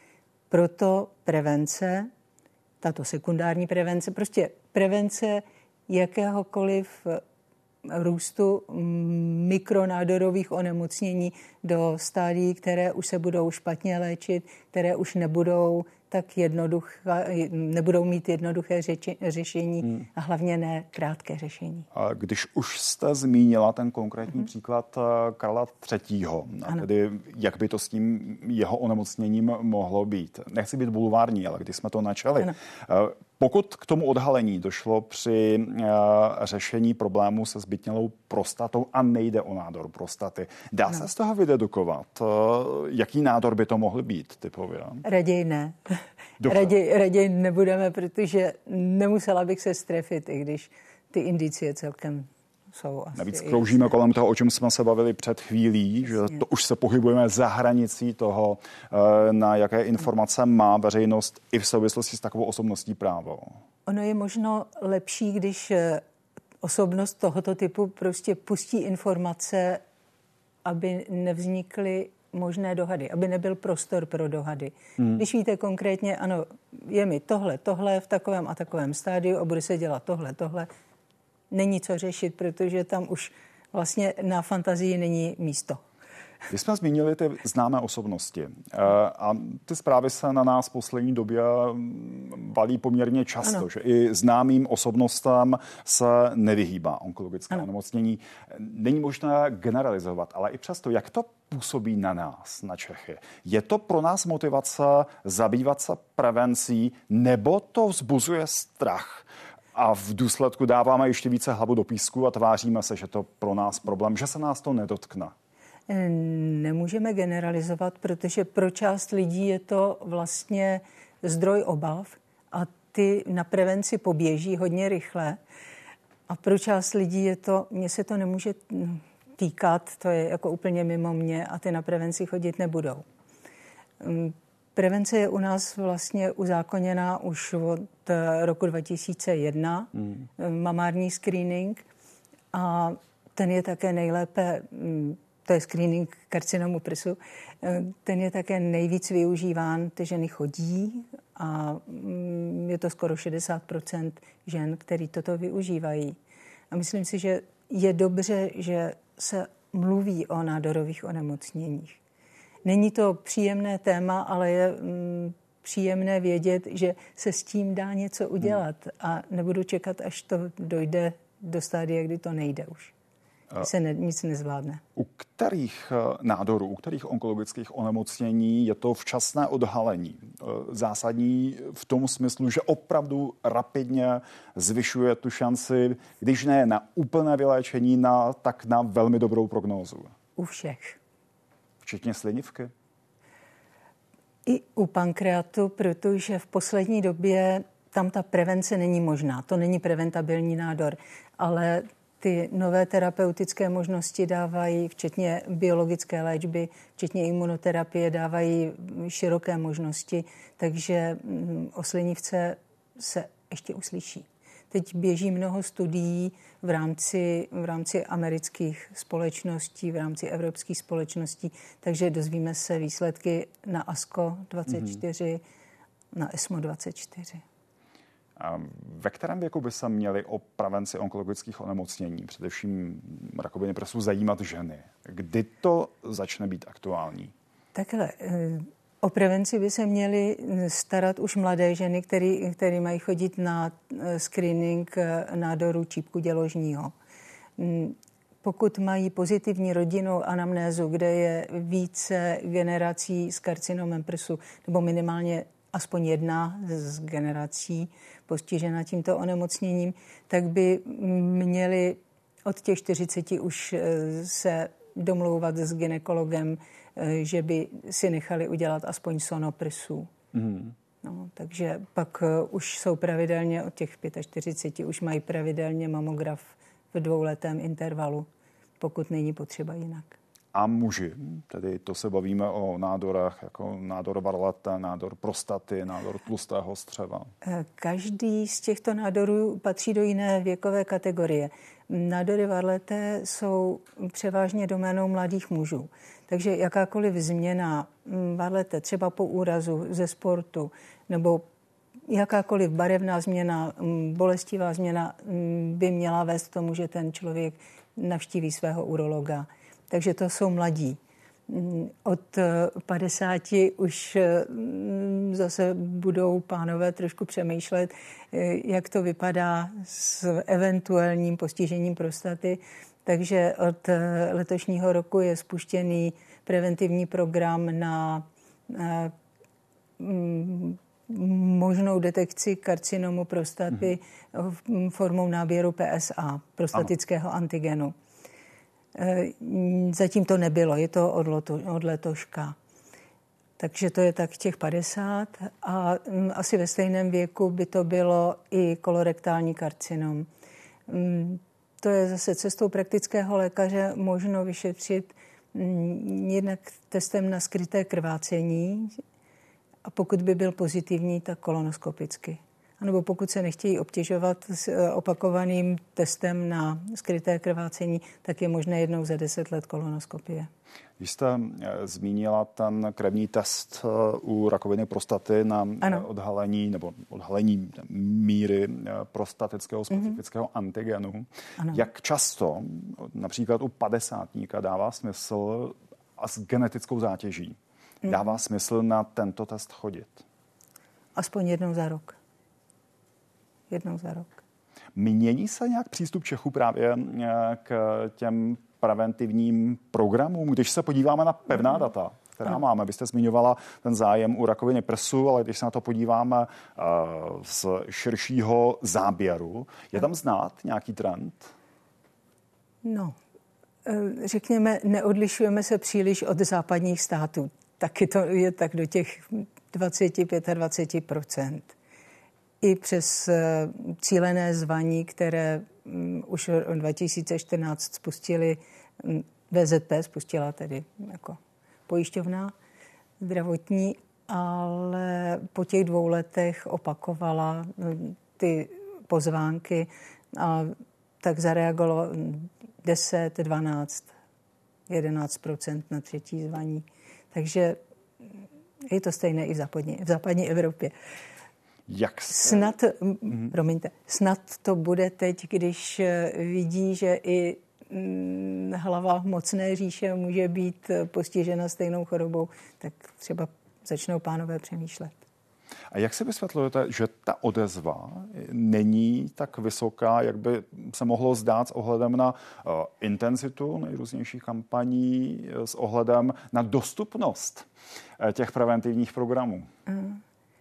Proto prevence, tato sekundární prevence, prostě prevence jakéhokoliv růstu mikronádorových onemocnění do stádií, které už se budou špatně léčit, které už nebudou tak jednoduché, nebudou mít jednoduché řeči, řešení hmm. a hlavně ne krátké řešení. A když už jste zmínila ten konkrétní hmm. příklad Karla třetího, tedy jak by to s tím jeho onemocněním mohlo být. Nechci být bulvární, ale když jsme to načali. Ano. Pokud k tomu odhalení došlo při uh, řešení problému se zbytnělou prostatou a nejde o nádor prostaty, dá ano. se z toho vydedukovat? Uh, jaký nádor by to mohl být typově? Raději ne. Raději, raději nebudeme, protože nemusela bych se strefit, i když ty indicie celkem jsou asi. Navíc kroužíme kolem toho, o čem jsme se bavili před chvílí, že to už se pohybujeme za hranicí toho, na jaké informace má veřejnost i v souvislosti s takovou osobností právo. Ono je možno lepší, když osobnost tohoto typu prostě pustí informace, aby nevznikly možné dohady, aby nebyl prostor pro dohady. Hmm. Když víte konkrétně, ano, je mi tohle, tohle v takovém a takovém stádiu a bude se dělat tohle, tohle, není co řešit, protože tam už vlastně na fantazii není místo. Vy jsme zmínili ty známé osobnosti a ty zprávy se na nás v poslední době valí poměrně často, ano. že i známým osobnostem se nevyhýbá onkologické ano. onemocnění. Není možné generalizovat, ale i přesto, jak to působí na nás, na Čechy? Je to pro nás motivace zabývat se prevencí, nebo to vzbuzuje strach? A v důsledku dáváme ještě více hlavu do písku a tváříme se, že to pro nás problém, že se nás to nedotkne. Nemůžeme generalizovat, protože pro část lidí je to vlastně zdroj obav a ty na prevenci poběží hodně rychle. A pro část lidí je to, mně se to nemůže týkat, to je jako úplně mimo mě a ty na prevenci chodit nebudou. Prevence je u nás vlastně uzákoněná už od roku dva tisíce jedna, mm. mamární screening, a ten je také nejlépe, to je screening karcinomu prsu, ten je také nejvíc využíván, ty ženy chodí a je to skoro šedesát procent žen, který toto využívají. A myslím si, že je dobře, že se mluví o nádorových onemocněních. Není to příjemné téma, ale je mm, příjemné vědět, že se s tím dá něco udělat a nebudu čekat, až to dojde do stádia, kdy to nejde už. Se ne, nic nezvládne. U kterých nádorů, u kterých onkologických onemocnění je to včasné odhalení zásadní v tom smyslu, že opravdu rapidně zvyšuje tu šanci, když ne na úplné vyléčení, na, tak na velmi dobrou prognózu? U všech. Včetně slinivky? I u pankreatu, protože v poslední době tam ta prevence není možná. To není preventabilní nádor, ale ty nové terapeutické možnosti dávají, včetně biologické léčby, včetně imunoterapie, dávají široké možnosti, takže o slinivce se ještě uslyší. Teď běží mnoho studií v rámci, v rámci amerických společností, v rámci evropských společností, takže dozvíme se výsledky na ASCO dvacet čtyři, mm-hmm. na ESMO dvacet čtyři. Ve kterém věku by se měly o prevenci onkologických onemocnění, především rakoviny prsu, zajímat ženy? Kdy to začne být aktuální? Takhle, o prevenci by se měly starat už mladé ženy, které mají chodit na screening nádoru čípku děložního. Pokud mají pozitivní rodinnou anamnézu, kde je více generací s karcinomem prsu, nebo minimálně aspoň jedna z generací postižena tímto onemocněním, tak by měli od těch čtyřiceti už se domlouvat s gynekologem, že by si nechali udělat aspoň sono prsu. Mm. No, takže pak už jsou pravidelně od těch čtyřiceti pěti už mají pravidelně mamograf v dvouletém intervalu, pokud není potřeba jinak. A muži, tedy to se bavíme o nádorech, jako nádor varlete, nádor prostaty, nádor tlustého střeva. Každý z těchto nádorů patří do jiné věkové kategorie. Nádory varlete jsou převážně doménou mladých mužů. Takže jakákoliv změna varlete, třeba po úrazu ze sportu, nebo jakákoliv barevná změna, bolestivá změna by měla vést k tomu, že ten člověk navštíví svého urologa. Takže to jsou mladí. Od padesáti už zase budou pánové trošku přemýšlet, jak to vypadá s eventuálním postižením prostaty. Takže od letošního roku je spuštěný preventivní program na možnou detekci karcinomu prostaty mm-hmm. formou náběru P S A, prostatického ano. antigenu. Zatím to nebylo, je to od, loto, od letoška. Takže to je tak těch padesát a asi ve stejném věku by to bylo i kolorektální karcinom. To je zase cestou praktického lékaře možno vyšetřit jednak testem na skryté krvácení a pokud by byl pozitivní, tak kolonoskopicky. A nebo pokud se nechtějí obtěžovat s opakovaným testem na skryté krvácení, tak je možné jednou za deset let kolonoskopie. Když jste zmínila ten krevní test u rakoviny prostaty na ano. odhalení nebo odhalení míry prostatického specifického mm-hmm. antigenu, ano. jak často například u padesátníka dává smysl a s genetickou zátěží mm. dává smysl na tento test chodit? Aspoň jednou za rok. Jednou za rok. Mění se nějak přístup Čechů právě k těm preventivním programům? Když se podíváme na pevná data, která mm. máme, byste zmiňovala ten zájem u rakoviny prsu, ale když se na to podíváme uh, z širšího záběru, je tam znát nějaký trend? No, řekněme, neodlišujeme se příliš od západních států. Taky to je tak do těch dvacet až dvacet pět procent. I přes cílené zvaní, které už v dva tisíce čtrnáct spustili, V Z P spustila tedy jako pojišťovna zdravotní, ale po těch dvou letech opakovala ty pozvánky a tak zareagovalo deset, dvanáct, jedenáct procent na třetí zvaní. Takže je to stejné i v západní, v západní Evropě. Jak se... Snad, mm-hmm. promiňte, snad to bude teď, když vidí, že i mm, hlava mocné říše může být postižena stejnou chorobou, tak třeba začnou pánové přemýšlet. A jak si vysvětlujete, že ta odezva není tak vysoká, jak by se mohlo zdát s ohledem na uh, intenzitu nejrůznějších kampaní, s ohledem na dostupnost uh, těch preventivních programů? Mm.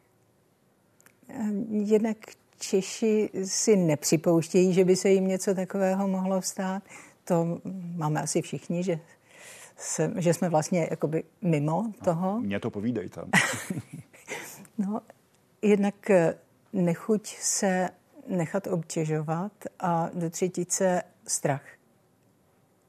Jednak Češi si nepřipouštějí, že by se jim něco takového mohlo stát. To máme asi všichni, že, se, že jsme vlastně jakoby mimo toho. No, mně to povídejte. No, jednak nechuť se nechat obtěžovat a do třetice strach.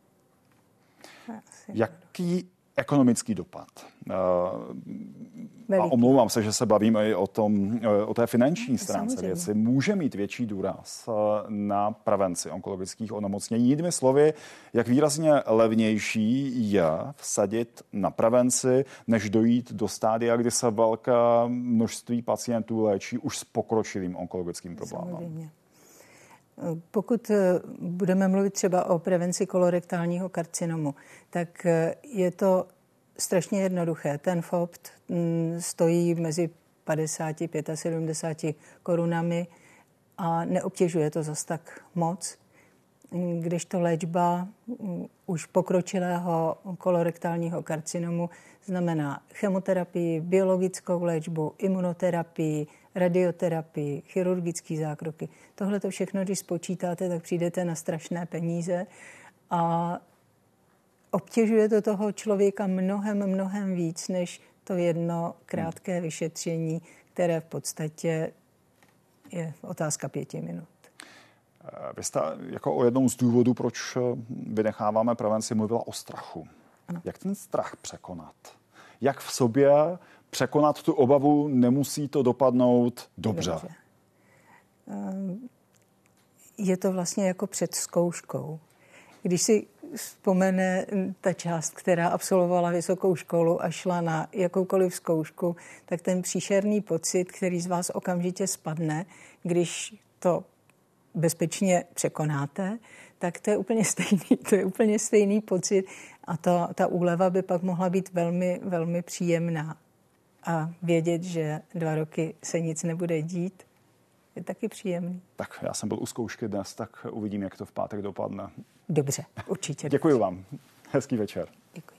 Jaký ekonomický dopad A omlouvám se, že se bavíme i o, tom, o té finanční stránce Samozřejmě. věci. Může mít větší důraz na prevenci onkologických onemocnění. Jinými slovy, jak výrazně levnější je vsadit na prevenci, než dojít do stádia, kdy se velké množství pacientů léčí už s pokročilým onkologickým problémem. Samozřejmě. Pokud budeme mluvit třeba o prevenci kolorektálního karcinomu, tak je to strašně jednoduché. Ten F O P T stojí mezi padesát a sedmdesát pět korunami a neobtěžuje to zas tak moc, kdežto léčba už pokročilého kolorektálního karcinomu znamená chemoterapii, biologickou léčbu, imunoterapii, radioterapii, chirurgické zákroky. Tohle to všechno, když spočítáte, tak přijdete na strašné peníze a obtěžuje to toho člověka mnohem, mnohem víc, než to jedno krátké vyšetření, které v podstatě je otázka pěti minut. Vy jste jako o jednom z důvodů, proč vynecháváme prevenci, mluvila o strachu. Ano. Jak ten strach překonat? Jak v sobě překonat tu obavu, nemusí to dopadnout dobře? dobře. Je to vlastně jako před zkouškou. Když si vzpomene ta část, která absolvovala vysokou školu a šla na jakoukoliv zkoušku, tak ten příšerný pocit, který z vás okamžitě spadne, když to bezpečně překonáte, tak to je úplně stejný, to je úplně stejný pocit a to, ta úleva by pak mohla být velmi, velmi příjemná. A vědět, že dva roky se nic nebude dít, je taky příjemný. Tak já jsem byl u zkoušky dnes, tak uvidím, jak to v pátek dopadne. Dobře, určitě. Děkuji vám. Hezký večer. Děkuji.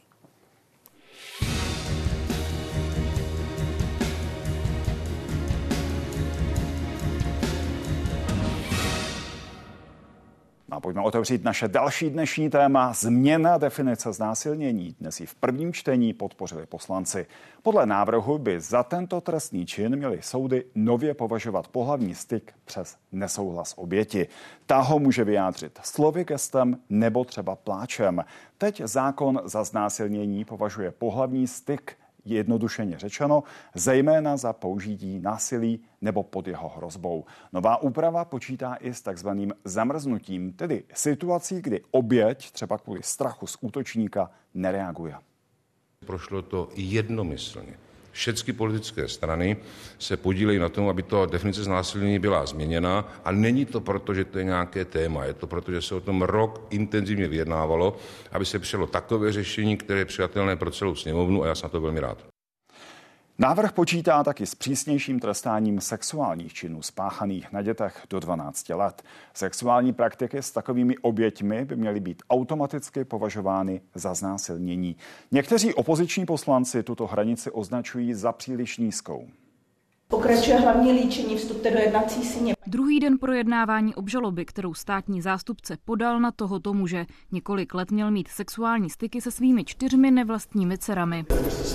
A pojďme otevřít naše další dnešní téma. Změna definice znásilnění. Dnes ji v prvním čtení podpořili poslanci. Podle návrhu by za tento trestný čin měly soudy nově považovat pohlavní styk přes nesouhlas oběti. Ta ho může vyjádřit slovy, gestem nebo třeba pláčem. Teď zákon za znásilnění považuje pohlavní styk jednodušeně řečeno, zejména za použití násilí nebo pod jeho hrozbou. Nová úprava počítá i s takzvaným zamrznutím, tedy situací, kdy oběť třeba kvůli strachu z útočníka nereaguje. Prošlo to jednomyslně. Všechny politické strany se podílejí na tom, aby ta definice znásilnění byla změněna a není to proto, že to je nějaké téma, je to proto, že se o tom rok intenzivně vyjednávalo, aby se přijalo takové řešení, které je přijatelné pro celou sněmovnu a já jsem na to velmi rád. Návrh počítá taky s přísnějším trestáním sexuálních činů spáchaných na dětech do dvanácti let. Sexuální praktiky s takovými oběťmi by měly být automaticky považovány za znásilnění. Někteří opoziční poslanci tuto hranici označují za příliš nízkou. Pokračuje hlavní líčení, vstupte do jednací síně. Druhý den projednávání obžaloby, kterou státní zástupce podal na tohoto muže. Několik let měl mít sexuální styky se svými čtyřmi nevlastními dcerami.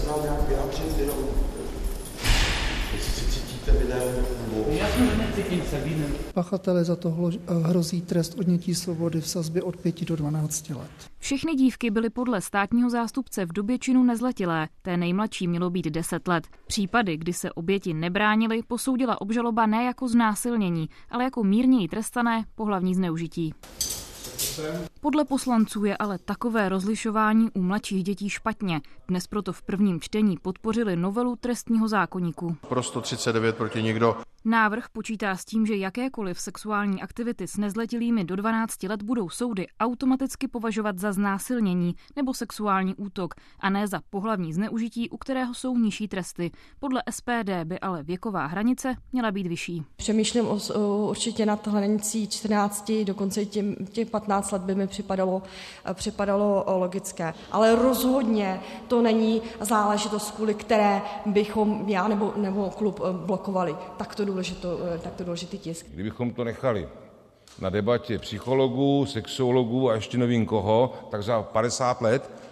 Pachatele za to hrozí trest odnětí svobody v sazbě od pěti do dvanácti let. Všechny dívky byly podle státního zástupce v době činu nezletilé, té nejmladší mělo být deset let. Případy, kdy se oběti nebránily, posoudila obžaloba ne jako znásilnění, ale jako mírněji trestané pohlavní zneužití. Podle poslanců je ale takové rozlišování u mladších dětí špatně. Dnes proto v prvním čtení podpořili novelu trestního zákoníku. Pro sto třicet devět proti nikdo. Návrh počítá s tím, že jakékoliv sexuální aktivity s nezletilými do dvanácti let budou soudy automaticky považovat za znásilnění nebo sexuální útok a ne za pohlavní zneužití, u kterého jsou nižší tresty. Podle S P D by ale věková hranice měla být vyšší. Přemýšlím o, o, určitě nad hranicí čtrnácti, dokonce těm, těch patnáct let by mi připadalo, připadalo logické. Ale rozhodně to není záležitost, kvůli které bychom já nebo, nebo klub blokovali. Tak to důležito, tak to důležitý tisk. Kdybychom to nechali na debatě psychologů, sexuologů a ještě nevím koho, tak za padesát let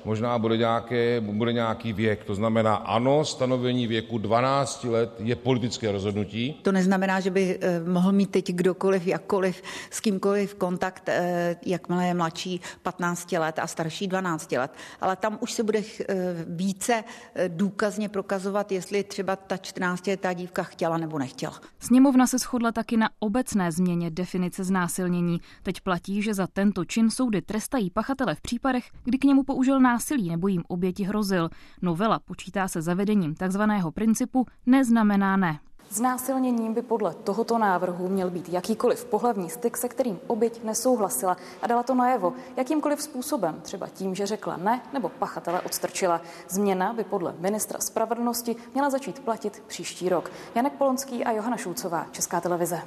možná bude, nějaké, bude nějaký věk. To znamená, ano, stanovení věku dvanáct let je politické rozhodnutí. To neznamená, že by mohl mít teď kdokoliv, jakkoliv, s kýmkoliv kontakt, jakmile je mladší patnáct let a starší dvanáct let. Ale tam už se bude více důkazně prokazovat, jestli třeba ta čtrnáctiletá dívka chtěla nebo nechtěla. Sněmovna se shodla taky na obecné změně definice znásilnění. Teď platí, že za tento čin soudy trestají pachatele v případech, kdy k němu použil násilí nebo jim oběti hrozil. Novela počítá se zavedením takzvaného principu neznamená ne. Znásilněním by podle tohoto návrhu měl být jakýkoliv pohlavní styk, se kterým oběť nesouhlasila a dala to najevo jakýmkoliv způsobem, třeba tím, že řekla ne nebo pachatele odstrčila. Změna by podle ministra spravedlnosti měla začít platit příští rok. Janek Polonský a Johana Šulcová, Česká televize.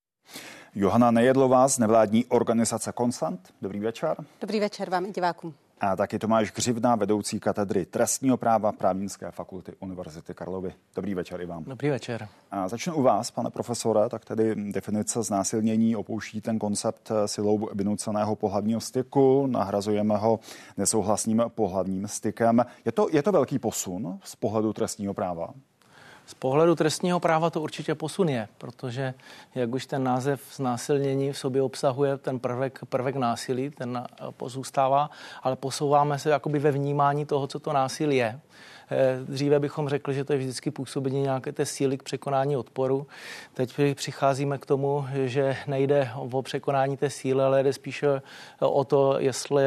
Johana Nejedlová z nevládní organizace Konstant. Dobrý večer. Dobrý večer vám i divákům. A taky Tomáš Křivna, vedoucí katedry trestního práva Právnické fakulty Univerzity Karlovy. Dobrý večer i vám. Dobrý večer. A začnu u vás, pane profesore, tak tedy definice znásilnění opouští ten koncept silou vynuceného pohlavního styku, nahrazujeme ho nesouhlasným pohlavním stykem. Je to, je to velký posun z pohledu trestního práva? Z pohledu trestního práva to určitě posun je, protože jak už ten název znásilnění v sobě obsahuje ten prvek, prvek násilí, ten pozůstává, ale posouváme se jakoby ve vnímání toho, co to násilí je. Dříve bychom řekli, že to je vždycky působení nějaké té síly k překonání odporu. Teď přicházíme k tomu, že nejde o překonání té síly, ale jde spíše o to, jestli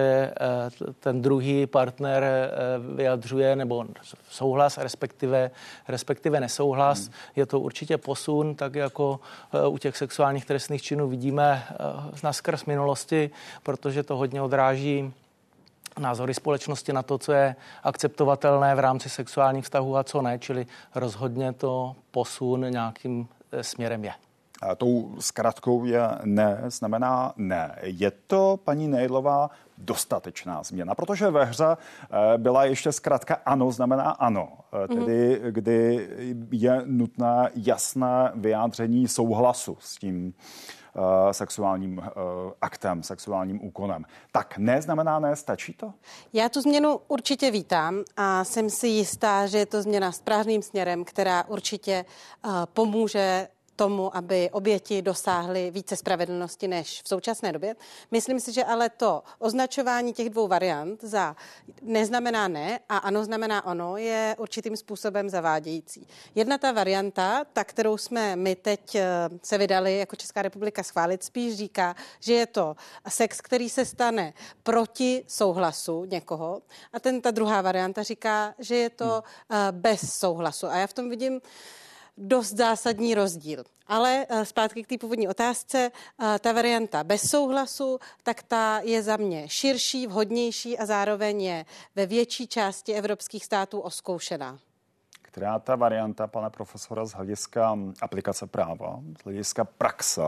ten druhý partner vyjadřuje nebo souhlas, respektive, respektive nesouhlas. Hmm. Je to určitě posun, tak jako u těch sexuálních trestných činů vidíme naskrz minulosti, protože to hodně odráží názory společnosti na to, co je akceptovatelné v rámci sexuálních vztahů a co ne, čili rozhodně to posun nějakým směrem je. A tou zkratkou je ne, znamená ne. Je to, paní Nejedlová, dostatečná změna? Protože ve hře byla ještě zkratka ano, znamená ano. Tedy, mm-hmm. kdy je nutné jasné vyjádření souhlasu s tím sexuálním aktem, sexuálním úkonem. Tak ne znamená ne, stačí to? Já tu změnu určitě vítám a jsem si jistá, že je to změna správným směrem, která určitě pomůže tomu, aby oběti dosáhly více spravedlnosti než v současné době. Myslím si, že ale to označování těch dvou variant za neznamená ne a ano znamená ono je určitým způsobem zavádějící. Jedna ta varianta, ta, kterou jsme my teď se vydali jako Česká republika schválit, spíš říká, že je to sex, který se stane proti souhlasu někoho a ten, ta druhá varianta říká, že je to hmm. bez souhlasu. A já v tom vidím dost zásadní rozdíl. Ale zpátky k té původní otázce, ta varianta bez souhlasu, tak ta je za mě širší, vhodnější a zároveň je ve větší části evropských států oskoušená. Která ta varianta, pane profesora, z hlediska aplikace práva, z hlediska praxe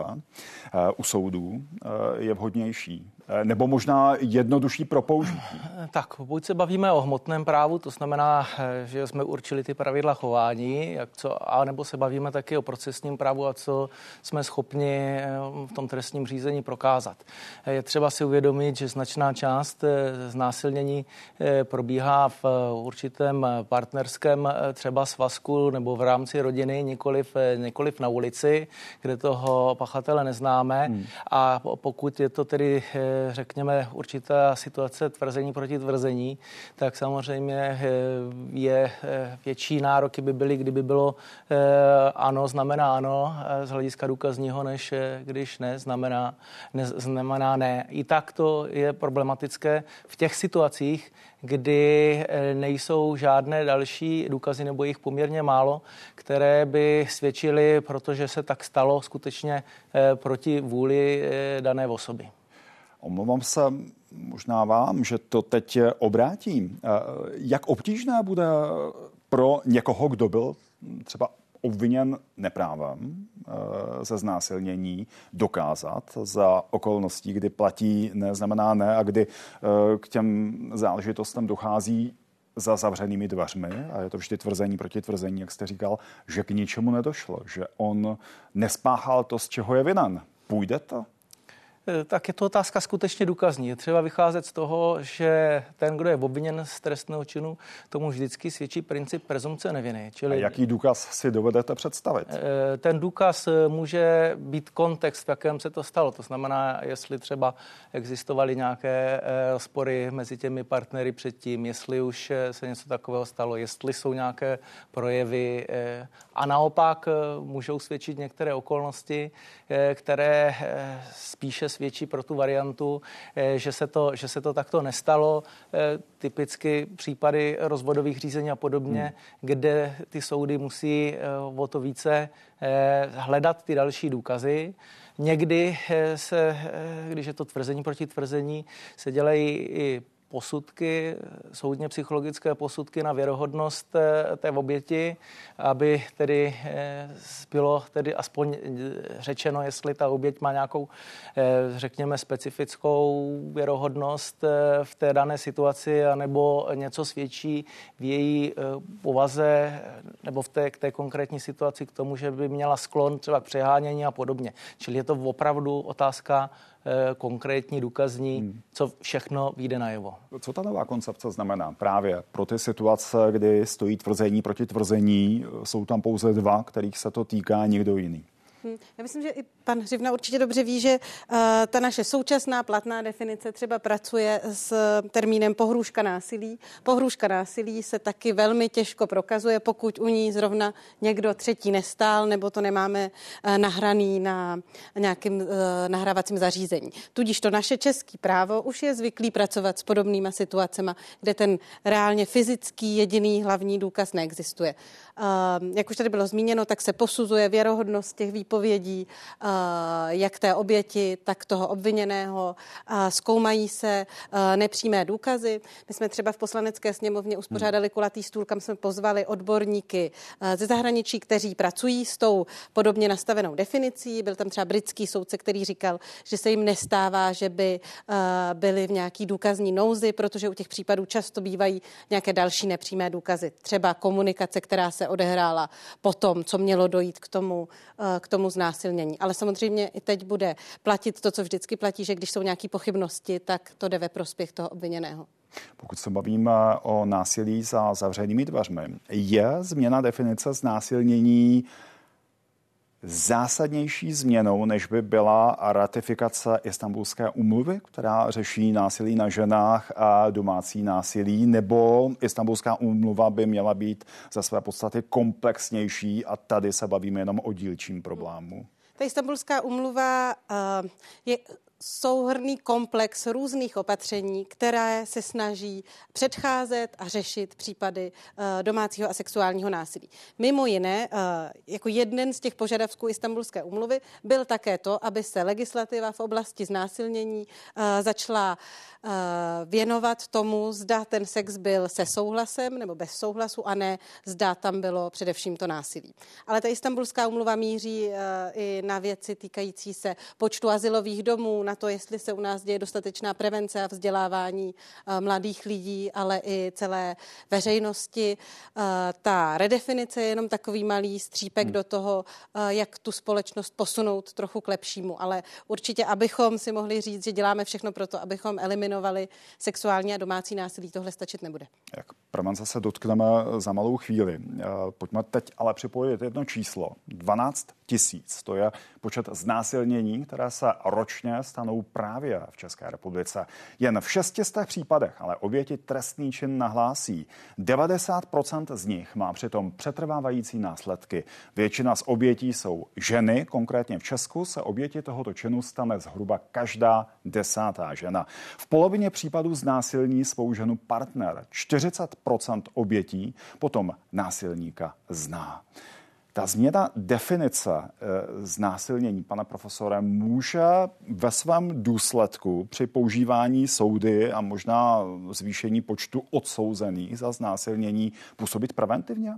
u soudů je vhodnější? Nebo možná jednodušší pro použití? Tak, pokud se bavíme o hmotném právu, to znamená, že jsme určili ty pravidla chování, jak co, a nebo se bavíme taky o procesním právu a co jsme schopni v tom trestním řízení prokázat. Je třeba si uvědomit, že značná část znásilnění probíhá v určitém partnerském třeba svazku nebo v rámci rodiny, nikoliv, nikoliv na ulici, kde toho pachatele neznáme. Hmm. A pokud je to tedy řekněme, určitá situace tvrzení proti tvrzení, tak samozřejmě je větší nároky by byly, kdyby bylo ano, znamená ano z hlediska důkazního, než když ne, znamená ne. Znamená ne. I tak to je problematické v těch situacích, kdy nejsou žádné další důkazy nebo jich poměrně málo, které by svědčily, protože se tak stalo skutečně proti vůli dané osoby. Omlouvám se možná vám, že to teď obrátím. Jak obtížné bude pro někoho, kdo byl třeba obviněn neprávem ze znásilnění, dokázat za okolností, kdy platí ne, znamená ne a kdy k těm záležitostem dochází za zavřenými dveřmi, a je to vždy tvrzení proti tvrzení, jak jste říkal, že k ničemu nedošlo, že on nespáchal to, z čeho je vinen. Půjde to? Tak je to otázka skutečně důkazní. Je třeba vycházet z toho, že ten, kdo je obviněn z trestného činu, tomu vždycky svědčí princip presumpce neviny. Čili a jaký důkaz si dovedete představit? Ten důkaz může být kontext, v jakém se to stalo. To znamená, jestli třeba existovaly nějaké spory mezi těmi partnery předtím, jestli už se něco takového stalo, jestli jsou nějaké projevy a naopak můžou svědčit některé okolnosti, které spíše svědčí pro tu variantu, že se to, že se to takto nestalo. Typicky případy rozvodových řízení a podobně, hmm. kde ty soudy musí o to více hledat ty další důkazy. Někdy se, když je to tvrzení proti tvrzení, se dělají i posudky, soudně psychologické posudky na věrohodnost té oběti, aby tedy bylo tedy aspoň řečeno, jestli ta oběť má nějakou, řekněme, specifickou věrohodnost v té dané situaci, anebo něco svědčí v její povaze nebo v té, k té konkrétní situaci k tomu, že by měla sklon třeba k přehánění a podobně. Čili je to opravdu otázka konkrétní, důkazní, hmm. co všechno vyjde najevo. Co ta nová koncepce znamená právě pro ty situace, kdy stojí tvrzení proti tvrzení, jsou tam pouze dva, kterých se to týká, někdo jiný? Hmm. Já myslím, že i pan Hřivna určitě dobře ví, že uh, ta naše současná platná definice třeba pracuje s termínem pohrůžka násilí. Pohrůžka násilí se taky velmi těžko prokazuje, pokud u ní zrovna někdo třetí nestál, nebo to nemáme uh, nahraný na nějakým uh, nahrávacím zařízení. Tudíž to naše české právo už je zvyklý pracovat s podobnýma situacemi, kde ten reálně fyzický jediný hlavní důkaz neexistuje. Uh, jak už tady bylo zmíněno, tak se posuzuje věrohodnost těch výpovědí, jak té oběti, tak toho obviněného. Zkoumají se nepřímé důkazy. My jsme třeba v Poslanecké sněmovně uspořádali kulatý stůl, kam jsme pozvali odborníky ze zahraničí, kteří pracují s tou podobně nastavenou definicí. Byl tam třeba britský soudce, který říkal, že se jim nestává, že by byli v nějaký důkazní nouzi, protože u těch případů často bývají nějaké další nepřímé důkazy. Třeba komunikace, která se odehrála potom, co mělo dojít k tomu, k tomu znásilnění. Ale samozřejmě i teď bude platit to, co vždycky platí, že když jsou nějaké pochybnosti, tak to jde ve prospěch toho obviněného. Pokud se bavíme o násilí za zavřenými dveřmi, je změna definice znásilnění zásadnější změnou, než by byla ratifikace Istanbulské úmluvy, která řeší násilí na ženách a domácí násilí, nebo Istanbulská úmluva by měla být ze své podstaty komplexnější a tady se bavíme jenom o dílčím problému? Ta Istanbulská úmluva uh, je souhrnný komplex různých opatření, které se snaží předcházet a řešit případy uh, domácího a sexuálního násilí. Mimo jiné, uh, jako jeden z těch požadavků Istanbulské úmluvy byl také to, aby se legislativa v oblasti znásilnění uh, začala uh, věnovat tomu, zda ten sex byl se souhlasem nebo bez souhlasu a ne zda tam bylo především to násilí. Ale ta Istanbulská úmluva míří uh, i na věci týkající se počtu azylových domů, na to, jestli se u nás děje dostatečná prevence a vzdělávání uh, mladých lidí, ale i celé veřejnosti. Uh, ta redefinice je jenom takový malý střípek hmm. do toho, uh, jak tu společnost posunout trochu k lepšímu. Ale určitě, abychom si mohli říct, že děláme všechno pro to, abychom eliminovali sexuální a domácí násilí, tohle stačit nebude. Jak prevence se dotkneme za malou chvíli. Uh, pojďme teď ale připojit jedno číslo. dvanáct tisíc. To je počet znásilnění, které se ročně stanou právě v České republice. Jen v šesti stech případech ale oběti trestný čin nahlásí. devadesát procent z nich má přitom přetrvávající následky. Většina z obětí jsou ženy, konkrétně v Česku se oběti tohoto činu stane zhruba každá desátá žena. V polovině případů znásilní svou ženu partner. čtyřicet procent obětí potom násilníka zná. Ta změna definice e, znásilnění, pane profesore, může ve svém důsledku při používání soudy a možná zvýšení počtu odsouzených za znásilnění působit preventivně?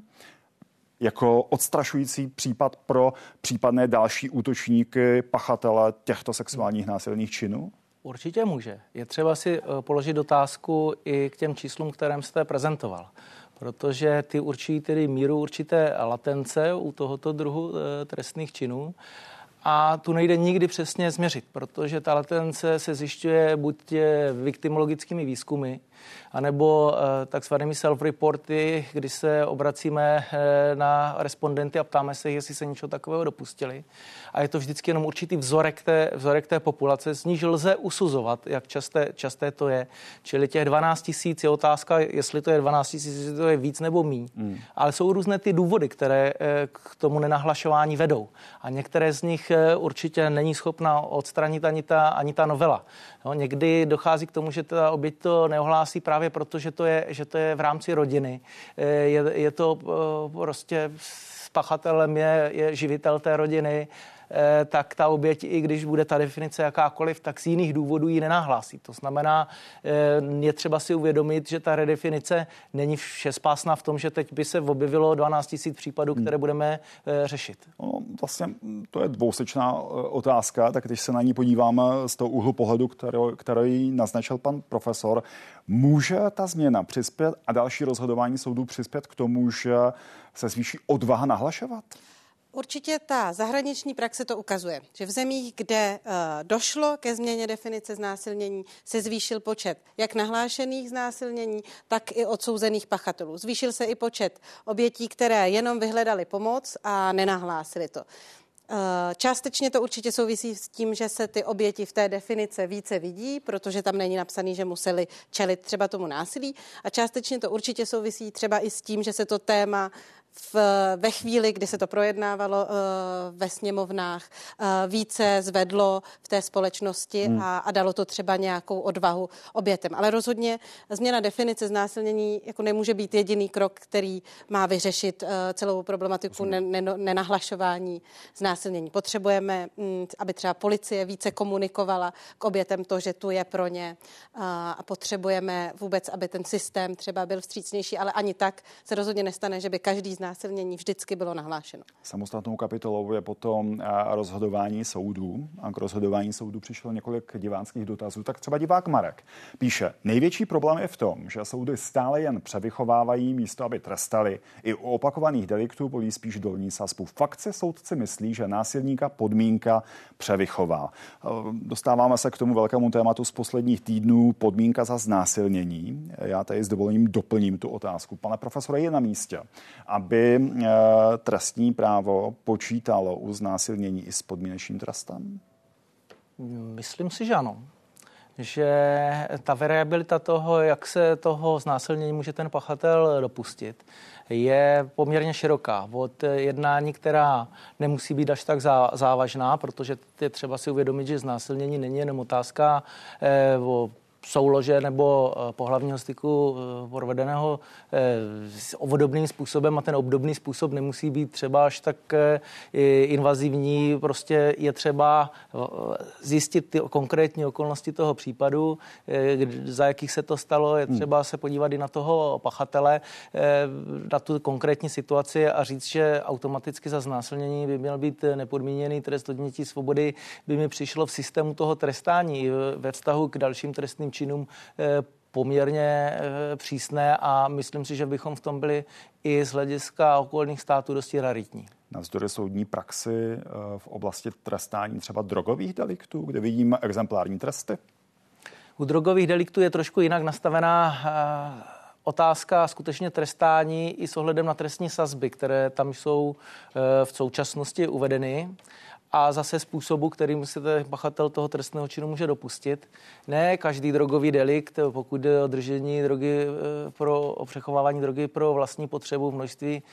Jako odstrašující případ pro případné další útočníky, pachatele těchto sexuálních násilných činů? Určitě může. Je třeba si položit otázku i k těm číslům, kterým jste prezentoval. Protože ty určují tedy míru určité latence u tohoto druhu trestných činů. a tu nejde nikdy přesně změřit, protože ta latence se zjišťuje buď viktimologickými výzkumy, anebo takzvanými self-reporty, kdy se obracíme na respondenty a ptáme se, jestli se něčeho takového dopustili. A je to vždycky jenom určitý vzorek té, vzorek té populace, z níž lze usuzovat, jak časté, časté to je. Čili těch dvanáct tisíc je otázka, jestli to je dvanáct tisíc, jestli to je víc nebo míň. Hmm. Ale jsou různé ty důvody, které k tomu nenahlašování vedou. A některé z nich určitě není schopna odstranit ani ta, ani ta novela. No, někdy dochází k tomu, že ta oběť to neohlásí právě proto, že to je, že to je v rámci rodiny. Je, je to prostě s pachatelem je, je živitel té rodiny, tak ta oběť, i když bude ta definice jakákoliv, tak z jiných důvodů ji nenahlásí. To znamená, je třeba si uvědomit, že ta redefinice není všespásná v tom, že teď by se objevilo dvanáct tisíc případů, které budeme řešit. No, vlastně to je dvousečná otázka, tak když se na ní podíváme z toho úhlu pohledu, který, který naznačil pan profesor, může ta změna přispět a další rozhodování soudů přispět k tomu, že se zvýší odvaha nahlašovat? Určitě ta zahraniční praxe to ukazuje, že v zemích, kde uh, došlo ke změně definice znásilnění, se zvýšil počet jak nahlášených znásilnění, tak i odsouzených pachatelů. Zvýšil se i počet obětí, které jenom vyhledali pomoc a nenahlásili to. Částečně to určitě souvisí s tím, že se ty oběti v té definice více vidí, protože tam není napsaný, že museli čelit třeba tomu násilí. A částečně to určitě souvisí třeba i s tím, že se to téma v, ve chvíli, kdy se to projednávalo uh, ve sněmovnách, uh, více zvedlo v té společnosti hmm. a, a dalo to třeba nějakou odvahu obětem. Ale rozhodně změna definice znásilnění jako nemůže být jediný krok, který má vyřešit uh, celou problematiku ne, ne, nenahlašování znásilnění. Potřebujeme, um, aby třeba policie více komunikovala k obětem to, že tu je pro ně uh, a potřebujeme vůbec, aby ten systém třeba byl vstřícnější, ale ani tak se rozhodně nestane, že by každý z násilnění vždycky bylo nahlášeno. Samostatnou kapitolou je potom rozhodování soudů. A k rozhodování soudů přišlo několik diváckých dotazů. Tak třeba divák Marek píše, největší problém je v tom, že soudy stále jen převychovávají místo, aby trestali. I u opakovaných deliktů volí spíš dolní sazbu. Fakt si soudci myslí, že násilníka podmínka převychová. Dostáváme se k tomu velkému tématu z posledních týdnů, podmínka za znásilnění. Já tady s dovolením doplním tu otázku. Pane profesore, je na místě, aby trestní právo počítalo u znásilnění i s podmínečným trestem? Myslím si, že ano. Že ta variabilita toho, jak se toho znásilnění může ten pachatel dopustit, je poměrně široká. Od jednání, která nemusí být až tak závažná, protože je třeba si uvědomit, že znásilnění není jenom otázka eh, o soulože nebo pohlavního styku provedeného obdobným způsobem a ten obdobný způsob nemusí být třeba až tak invazivní. Prostě je třeba zjistit ty konkrétní okolnosti toho případu, za jakých se to stalo. Je třeba se podívat i na toho pachatele, na tu konkrétní situaci a říct, že automaticky za znásilnění by měl být nepodmíněný trest odnětí svobody, by mi přišlo v systému toho trestání ve vztahu k dalším trestným činům poměrně přísné a myslím si, že bychom v tom byli i z hlediska okolních států dosti raritní. Navzdory soudní praxi v oblasti trestání třeba drogových deliktů, kde vidíme exemplární tresty? U drogových deliktů je trošku jinak nastavená otázka skutečně trestání i s ohledem na trestní sazby, které tam jsou v současnosti uvedeny. A zase způsobu, kterým se ten pachatel toho trestného činu může dopustit. Ne každý drogový delikt, pokud jde o držení drogy pro o přechovávání drogy pro vlastní potřebu v množství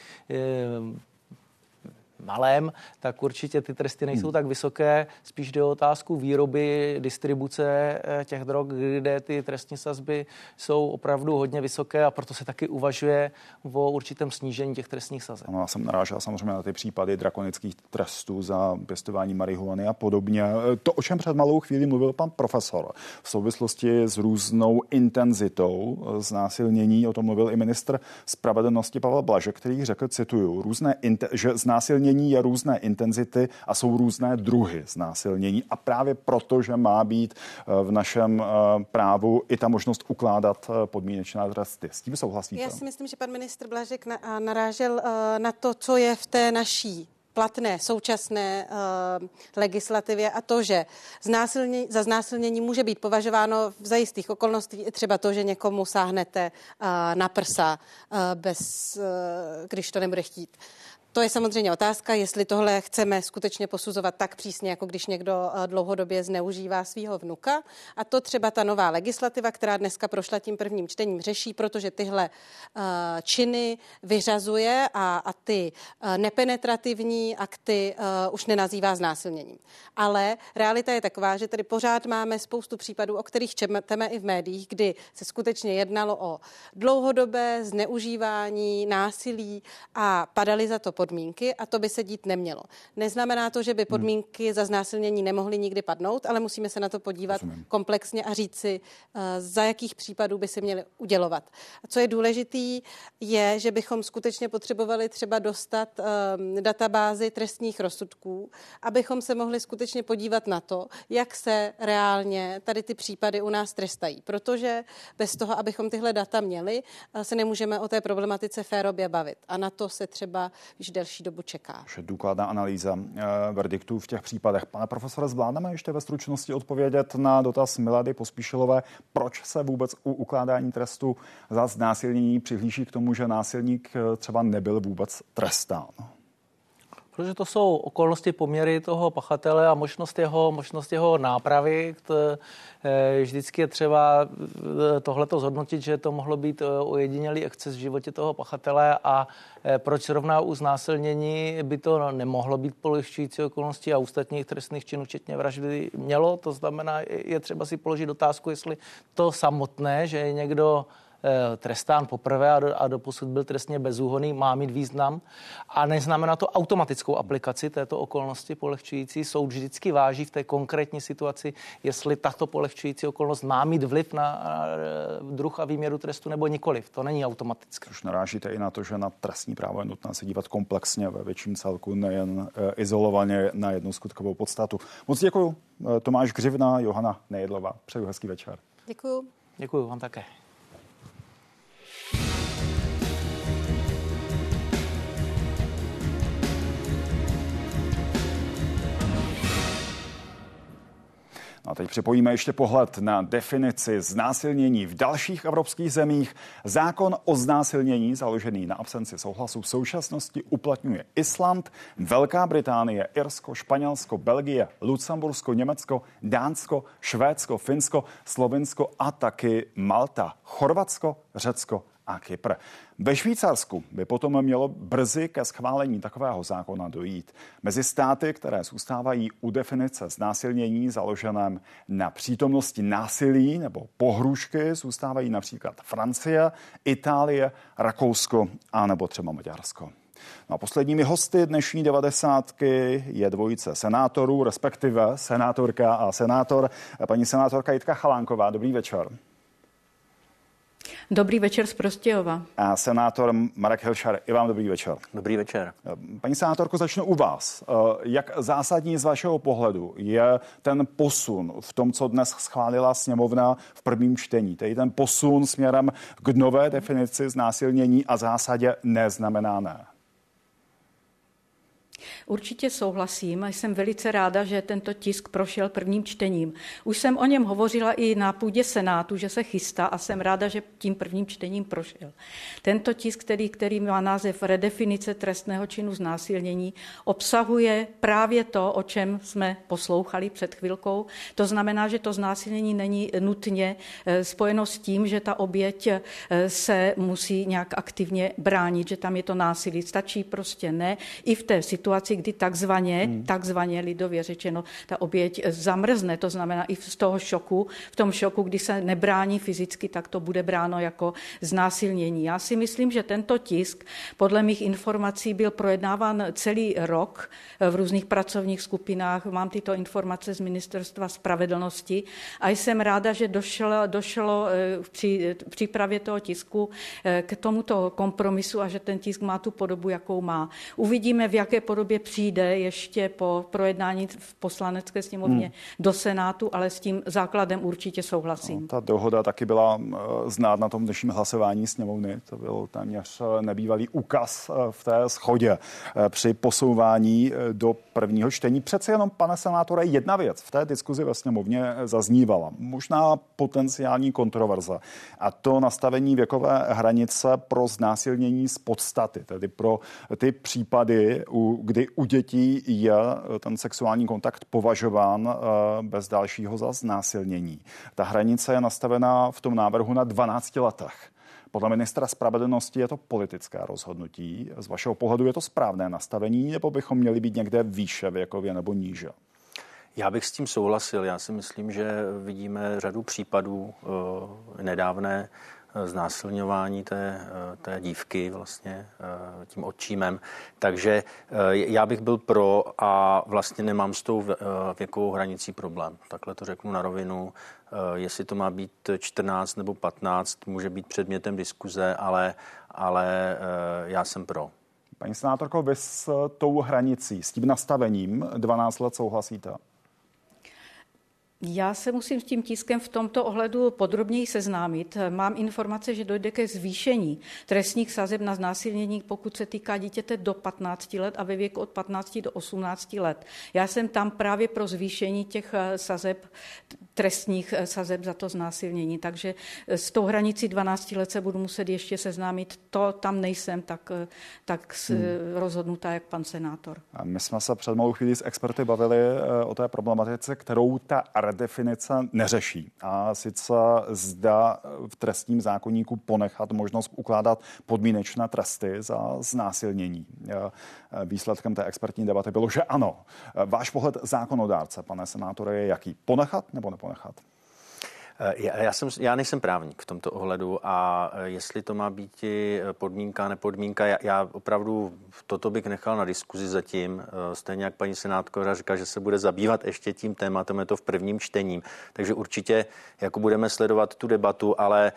malém, tak určitě ty tresty nejsou hmm. tak vysoké. Spíš jde o otázku výroby, distribuce těch drog, kde ty trestní sazby jsou opravdu hodně vysoké a proto se taky uvažuje o určitém snížení těch trestních sazeb. Ano, já jsem narážel samozřejmě na ty případy drakonických trestů za pěstování marihuany a podobně. To, o čem před malou chvíli mluvil pan profesor, v souvislosti s různou intenzitou znásilnění, o tom mluvil i ministr spravedlnosti Pavel Blažek, který řekl, cituju, různé inte- že znásilnění je různé intenzity a jsou různé druhy znásilnění a právě proto, že má být v našem právu i ta možnost ukládat podmínečné tresty. S tím souhlasíte? Já si myslím, že pan ministr Blažek narážel na to, co je v té naší platné současné uh, legislativě a to, že znásilnění, za znásilnění může být považováno v zajistých okolností třeba to, že někomu sáhnete uh, na prsa, uh, bez, uh, když to nebude chtít. To je samozřejmě otázka, jestli tohle chceme skutečně posuzovat tak přísně, jako když někdo dlouhodobě zneužívá svého vnuka. A to třeba ta nová legislativa, která dneska prošla tím prvním čtením, řeší, protože tyhle uh, činy vyřazuje a, a ty uh, nepenetrativní akty uh, už nenazývá znásilněním. Ale realita je taková, že tady pořád máme spoustu případů, o kterých čteme i v médiích, kdy se skutečně jednalo o dlouhodobé zneužívání, násilí a padaly za to podmínky a to by se dít nemělo. Neznamená to, že by podmínky za znásilnění nemohly nikdy padnout, ale musíme se na to podívat Rozumím. komplexně a říct si, za jakých případů by se měly udělovat. A co je důležitý, je, že bychom skutečně potřebovali třeba dostat um, databázi trestních rozsudků, abychom se mohli skutečně podívat na to, jak se reálně tady ty případy u nás trestají. Protože bez toho, abychom tyhle data měli, se nemůžeme o té problematice férově bavit. A na to se třeba již delší dobu čeká. Důkladná analýza e, verdiktů v těch případech. Pane profesore, zvládneme ještě ve stručnosti odpovědět na dotaz Milady Pospíšilové, proč se vůbec u ukládání trestu za znásilnění přihlíží k tomu, že násilník třeba nebyl vůbec trestán? Protože to jsou okolnosti, poměry toho pachatele a možnost jeho, možnost jeho nápravy. Vždycky je třeba tohleto zhodnotit, že to mohlo být ojedinělý exces v životě toho pachatele a proč zrovna u znásilnění by to nemohlo být polehčující okolnosti a ostatních trestných činů, včetně vraždy, mělo. To znamená, je třeba si položit otázku, jestli to samotné, že je někdo trestán poprvé a, do, a doposud byl trestně bezúhonný, má mít význam a neznamená to automatickou aplikaci této okolnosti polehčující. Soud vždycky váží v té konkrétní situaci, jestli tato polehčující okolnost má mít vliv na, na druh a výměru trestu nebo nikoliv. To není automatické. Už narážíte i na to, že na trestní právo je nutné se dívat komplexně ve větším celku, nejen e, izolovaně na jednu skutkovou podstatu. Moc děkuju. Tomáš Křivna, Johana Nejedlová. Přeju hezký večer. Děkuju. Děkuju vám také. A teď připojíme ještě pohled na definici znásilnění v dalších evropských zemích. Zákon o znásilnění založený na absenci souhlasu v současnosti uplatňuje Island, Velká Británie, Irsko, Španělsko, Belgie, Lucembursko, Německo, Dánsko, Švédsko, Finsko, Slovinsko a taky Malta, Chorvatsko, Řecko a Kypr. Ve Švýcarsku by potom mělo brzy ke schválení takového zákona dojít. Mezi státy, které zůstávají u definice znásilnění založeném na přítomnosti násilí nebo pohrůžky, zůstávají například Francie, Itálie, Rakousko a nebo třeba Maďarsko. No a posledními hosty dnešní devadesátky je dvojice senátorů, respektive senátorka a senátor. Paní senátorka Jitka Chalánková, dobrý večer. Dobrý večer z Prostějova. A senátor Marek Hilšer, i vám dobrý večer. Dobrý večer. Paní senátorko, začnu u vás. Jak zásadní z vašeho pohledu je ten posun v tom, co dnes schválila sněmovna v prvním čtení, tedy ten posun směrem k nové definici znásilnění a zásadě neznamená ne? Určitě souhlasím a jsem velice ráda, že tento tisk prošel prvním čtením. Už jsem o něm hovořila i na půdě Senátu, že se chystá a jsem ráda, že tím prvním čtením prošel. Tento tisk, který, který má název Redefinice trestného činu znásilnění, obsahuje právě to, o čem jsme poslouchali před chvilkou. To znamená, že to znásilnění není nutně spojeno s tím, že ta oběť se musí nějak aktivně bránit, že tam je to násilí. Stačí prostě ne. I v té situaci, kdy takzvaně, hmm. takzvaně lidově řečeno, ta oběť zamrzne, to znamená i z toho šoku, v tom šoku, kdy se nebrání fyzicky, tak to bude bráno jako znásilnění. Já si myslím, že tento tisk, podle mých informací, byl projednáván celý rok v různých pracovních skupinách. Mám tyto informace z Ministerstva spravedlnosti a jsem ráda, že došlo, došlo při přípravě toho tisku k tomuto kompromisu a že ten tisk má tu podobu, jakou má. Uvidíme, v jaké podobě přijde ještě po projednání v poslanecké sněmovně hmm. do Senátu, ale s tím základem určitě souhlasím. No, ta dohoda taky byla znát na tom dnešním hlasování sněmovny. To byl téměř nebývalý úkaz v té shodě při posouvání do prvního čtení. Přece jenom, pane senátore, jedna věc v té diskuzi ve sněmovně zaznívala. Možná potenciální kontroverze. A to nastavení věkové hranice pro znásilnění z podstaty, tedy pro ty případy, kdy u dětí je ten sexuální kontakt považován bez dalšího za znásilnění. Ta hranice je nastavená v tom návrhu na dvanácti letech. Podle ministra spravedlnosti je to politické rozhodnutí. Z vašeho pohledu je to správné nastavení, nebo bychom měli být někde výše věkově nebo níže? Já bych s tím souhlasil. Já si myslím, že vidíme řadu případů e, nedávné znásilňování té, té dívky vlastně tím otčímem. Takže já bych byl pro a vlastně nemám s tou věkovou hranicí problém. Takhle to řeknu na rovinu. Jestli to má být čtrnáct nebo patnáct, může být předmětem diskuze, ale, ale já jsem pro. Paní senátorko, vy s tou hranicí, s tím nastavením dvanáct let souhlasíte? Já se musím s tím tiskem v tomto ohledu podrobněji seznámit. Mám informace, že dojde ke zvýšení trestních sazeb na znásilnění, pokud se týká dítěte do patnácti let a ve věku od patnácti do osmnácti let. Já jsem tam právě pro zvýšení těch sazeb, trestních sazeb za to znásilnění, takže s tou hranicí dvanácti let se budu muset ještě seznámit. To tam nejsem tak, tak hmm. rozhodnutá, jak pan senátor. A my jsme se před malou chvílí s experty bavili o té problematice, kterou ta redefinice neřeší. A sice zda v trestním zákoníku ponechat možnost ukládat podmínečné tresty za znásilnění. Výsledkem té expertní debaty bylo, že ano. Váš pohled zákonodárce, pane senátore, je jaký? Ponechat nebo neponechat? Já, já, jsem, já nejsem právník v tomto ohledu a jestli to má být podmínka, nepodmínka, já, já opravdu toto bych nechal na diskuzi zatím. Stejně jak paní senátorka říká, že se bude zabývat ještě tím tématem, je to v prvním čtení. Takže určitě jako budeme sledovat tu debatu, ale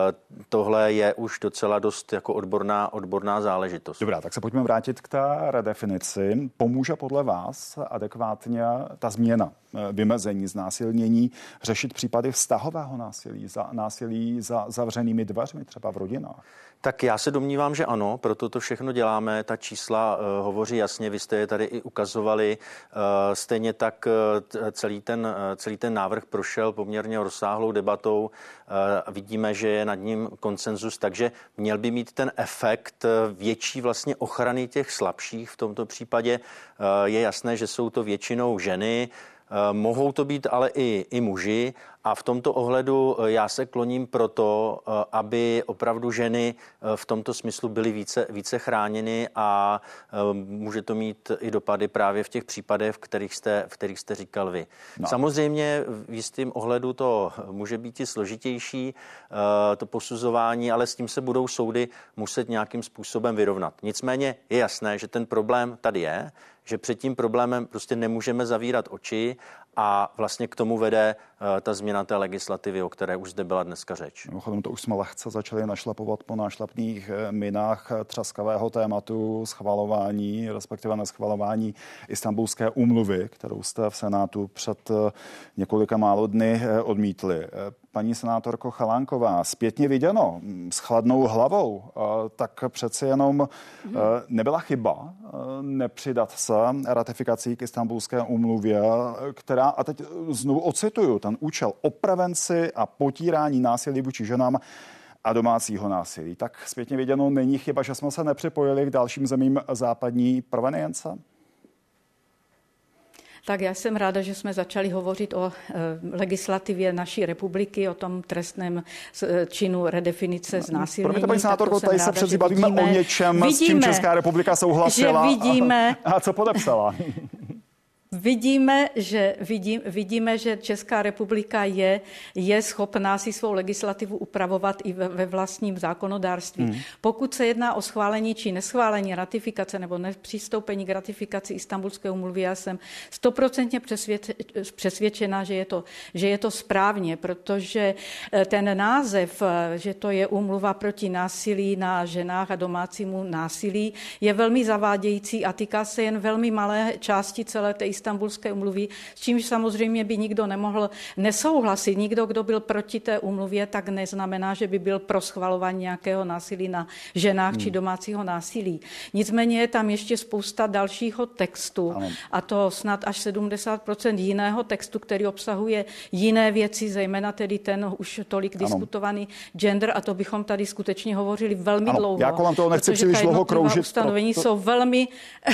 tohle je už docela dost jako odborná, odborná záležitost. Dobrá, tak se pojďme vrátit k té redefinici. Pomůže podle vás adekvátně ta změna vymezení znásilnění řešit případy vztahového násilí, za, násilí za zavřenými dveřmi, třeba v rodinách? Tak já se domnívám, že ano, proto to všechno děláme. Ta čísla uh, hovoří jasně, vy jste je tady i ukazovali. Uh, stejně tak uh, celý, ten, uh, celý ten návrh prošel poměrně rozsáhlou debatou. Uh, vidíme, že je nad ním konsenzus, takže měl by mít ten efekt uh, větší vlastně ochrany těch slabších. V tomto případě uh, je jasné, že jsou to většinou ženy, mohou to být ale i, i muži a v tomto ohledu já se kloním proto, aby opravdu ženy v tomto smyslu byly více, více chráněny a může to mít i dopady právě v těch případech, v kterých jste, v kterých jste říkal vy. No. Samozřejmě v jistém ohledu to může být i složitější, to posuzování, ale s tím se budou soudy muset nějakým způsobem vyrovnat. Nicméně je jasné, že ten problém tady je, že před tím problémem prostě nemůžeme zavírat oči a vlastně k tomu vede uh, ta změna té legislativy, o které už zde byla dneska řeč. Mimochodem, to už jsme lehce začali našlapovat po nášlapných minách třaskavého tématu schvalování, respektive neschvalování Istanbulské úmluvy, kterou jste v Senátu před několika málo dny odmítli. Paní senátorko Chalánková, zpětně viděno, s chladnou hlavou, tak přeci jenom nebyla chyba nepřidat se ratifikací k Istanbulské úmluvě, která, a teď znovu ocituju, ten účel o prevenci a potírání násilí vůči ženám a domácího násilí. Tak zpětně viděno není chyba, že jsme se nepřipojili k dalším zemím západní provenience? Tak já jsem ráda, že jsme začali hovořit o e, legislativě naší republiky, o tom trestném činu redefinice znásilnění. Promiňte, paní senátorko, tady se přeci bavíme o něčem, vidíme, s čím Česká republika souhlasila. Že vidíme, a, a co podepsala? Vidíme, že, vidí, vidíme, že Česká republika je, je schopná si svou legislativu upravovat i ve, ve vlastním zákonodárství. Hmm. Pokud se jedná o schválení či neschválení ratifikace nebo nepřistoupení k ratifikaci Istanbulské úmluvy, já jsem stoprocentně přesvědčena, že je, to, že je to správně, protože ten název, že to je úmluva proti násilí na ženách a domácímu násilí, je velmi zavádějící a týká se jen velmi malé části celé té Istanbulské úmluvy, s čímž samozřejmě by nikdo nemohl nesouhlasit. Nikdo, kdo byl proti té úmluvě, tak neznamená, že by byl pro schvalování nějakého násilí na ženách hmm. či domácího násilí. Nicméně je tam ještě spousta dalšího textu, ano. a to snad až sedmdesát procent jiného textu, který obsahuje jiné věci, zejména tedy ten už tolik ano. diskutovaný gender, a to bychom tady skutečně hovořili velmi ano. dlouho. Já kolem toho nechci příliš dlouho kroužit. Ustanovení proto... jsou velmi,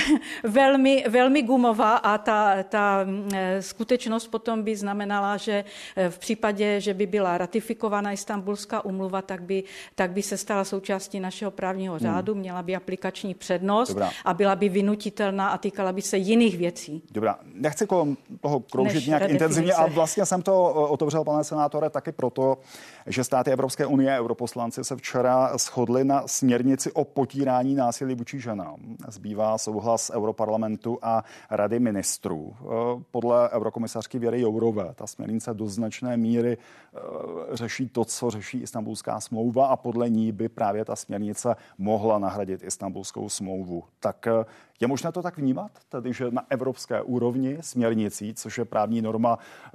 velmi, velmi gumová a ta, ta skutečnost potom by znamenala, že v případě, že by byla ratifikovaná Istanbulská úmluva, tak by, tak by se stala součástí našeho právního řádu, hmm. měla by aplikační přednost Dobrá. a byla by vynutitelná a týkala by se jiných věcí. Dobrá, nechci kolem toho kroužit nějak intenzivně, a vlastně jsem to otevřel, pane senátore, taky proto, že státy Evropské unie a europoslanci se včera shodli na směrnici o potírání násilí vůči ženám. Zbývá souhlas Europarlamentu a Rady ministrů. Podle eurokomisařky Věry Jourové ta směrnice do značné míry řeší to, co řeší Istanbulská smlouva, a podle ní by právě ta směrnice mohla nahradit Istanbulskou smlouvu. Tak je možné to tak vnímat? Tedy, že na evropské úrovni směrnicí, což je právní norma,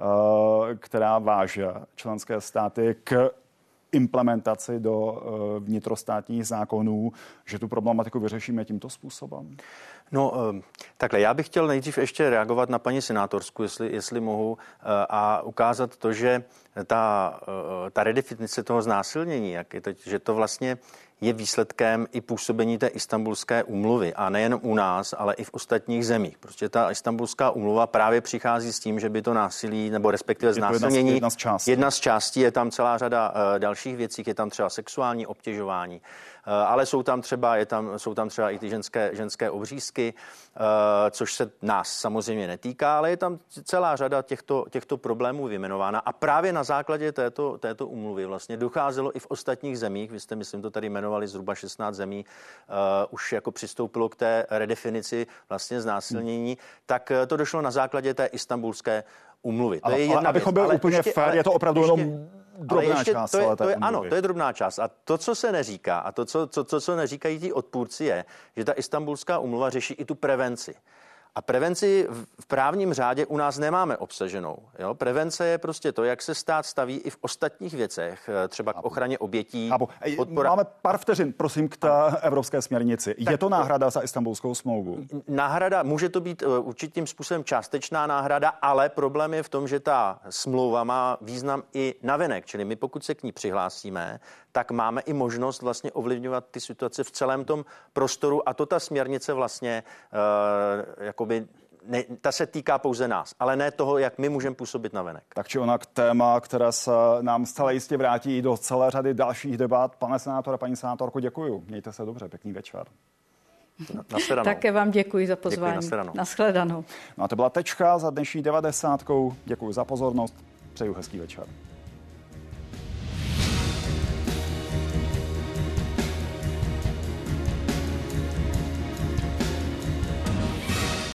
která váže členské státy k implementaci do vnitrostátních zákonů, že tu problematiku vyřešíme tímto způsobem? No, takhle, já bych chtěl nejdřív ještě reagovat na paní senátorsku, jestli, jestli mohu, a ukázat to, že ta, ta redefinice toho znásilnění, jak je to, že to vlastně je výsledkem i působení té Istanbulské úmluvy, a nejen u nás, ale i v ostatních zemích. Prostě ta Istanbulská úmluva právě přichází s tím, že by to násilí, nebo respektive znásilnění, jedna z částí. Jedna z částí, je tam celá řada uh, dalších věcí, je tam třeba sexuální obtěžování, uh, ale jsou tam třeba, je tam, jsou tam třeba i ty ženské, ženské obřízky, uh, což se nás samozřejmě netýká, ale je tam celá řada těchto, těchto problémů vyjmenována, a právě na základě této, této úmluvy vlastně docházelo i v ostatních zemích, vy jste, myslím, to tady jmenovali, zhruba šestnáct zemí, uh, už jako přistoupilo k té redefinici vlastně znásilnění, hmm. tak uh, to došlo na základě té Istanbulské úmluvy. To ale, je jedna ale abychom byli úplně ještě, fér, je to opravdu ještě, jenom drobná ještě, část. To je, to je, ano, to je drobná část. A to, co se neříká, a to, co, co, co, co neříkají ti odpůrci, je, že ta Istanbulská úmluva řeší i tu prevenci. A prevenci v právním řádě u nás nemáme obsaženou. Jo? Prevence je prostě to, jak se stát staví i v ostatních věcech, třeba k ochraně obětí. Podpora... Máme pár vteřin, prosím, k té evropské směrnici. Tak je to náhrada za Istanbulskou smlouvu? Náhrada, může to být určitým způsobem částečná náhrada, ale problém je v tom, že ta smlouva má význam i navenek. Čili my, pokud se k ní přihlásíme, tak máme i možnost vlastně ovlivňovat ty situace v celém tom prostoru, a to ta směrnice vlastně uh, jakoby ne, ta se týká pouze nás, ale ne toho, jak my můžeme působit navenek. Tak či onak téma, které se nám zcela jistě vrátí do celé řady dalších debat. Pane senátore, paní senátorko, děkuju. Mějte se dobře, pěkný večer. Nashledanou. Také vám děkuji za pozvání. Děkuji, nashledanou. No a to byla tečka za dnešní devadesátkou. Děkuji za pozornost. Přeju hezký večer.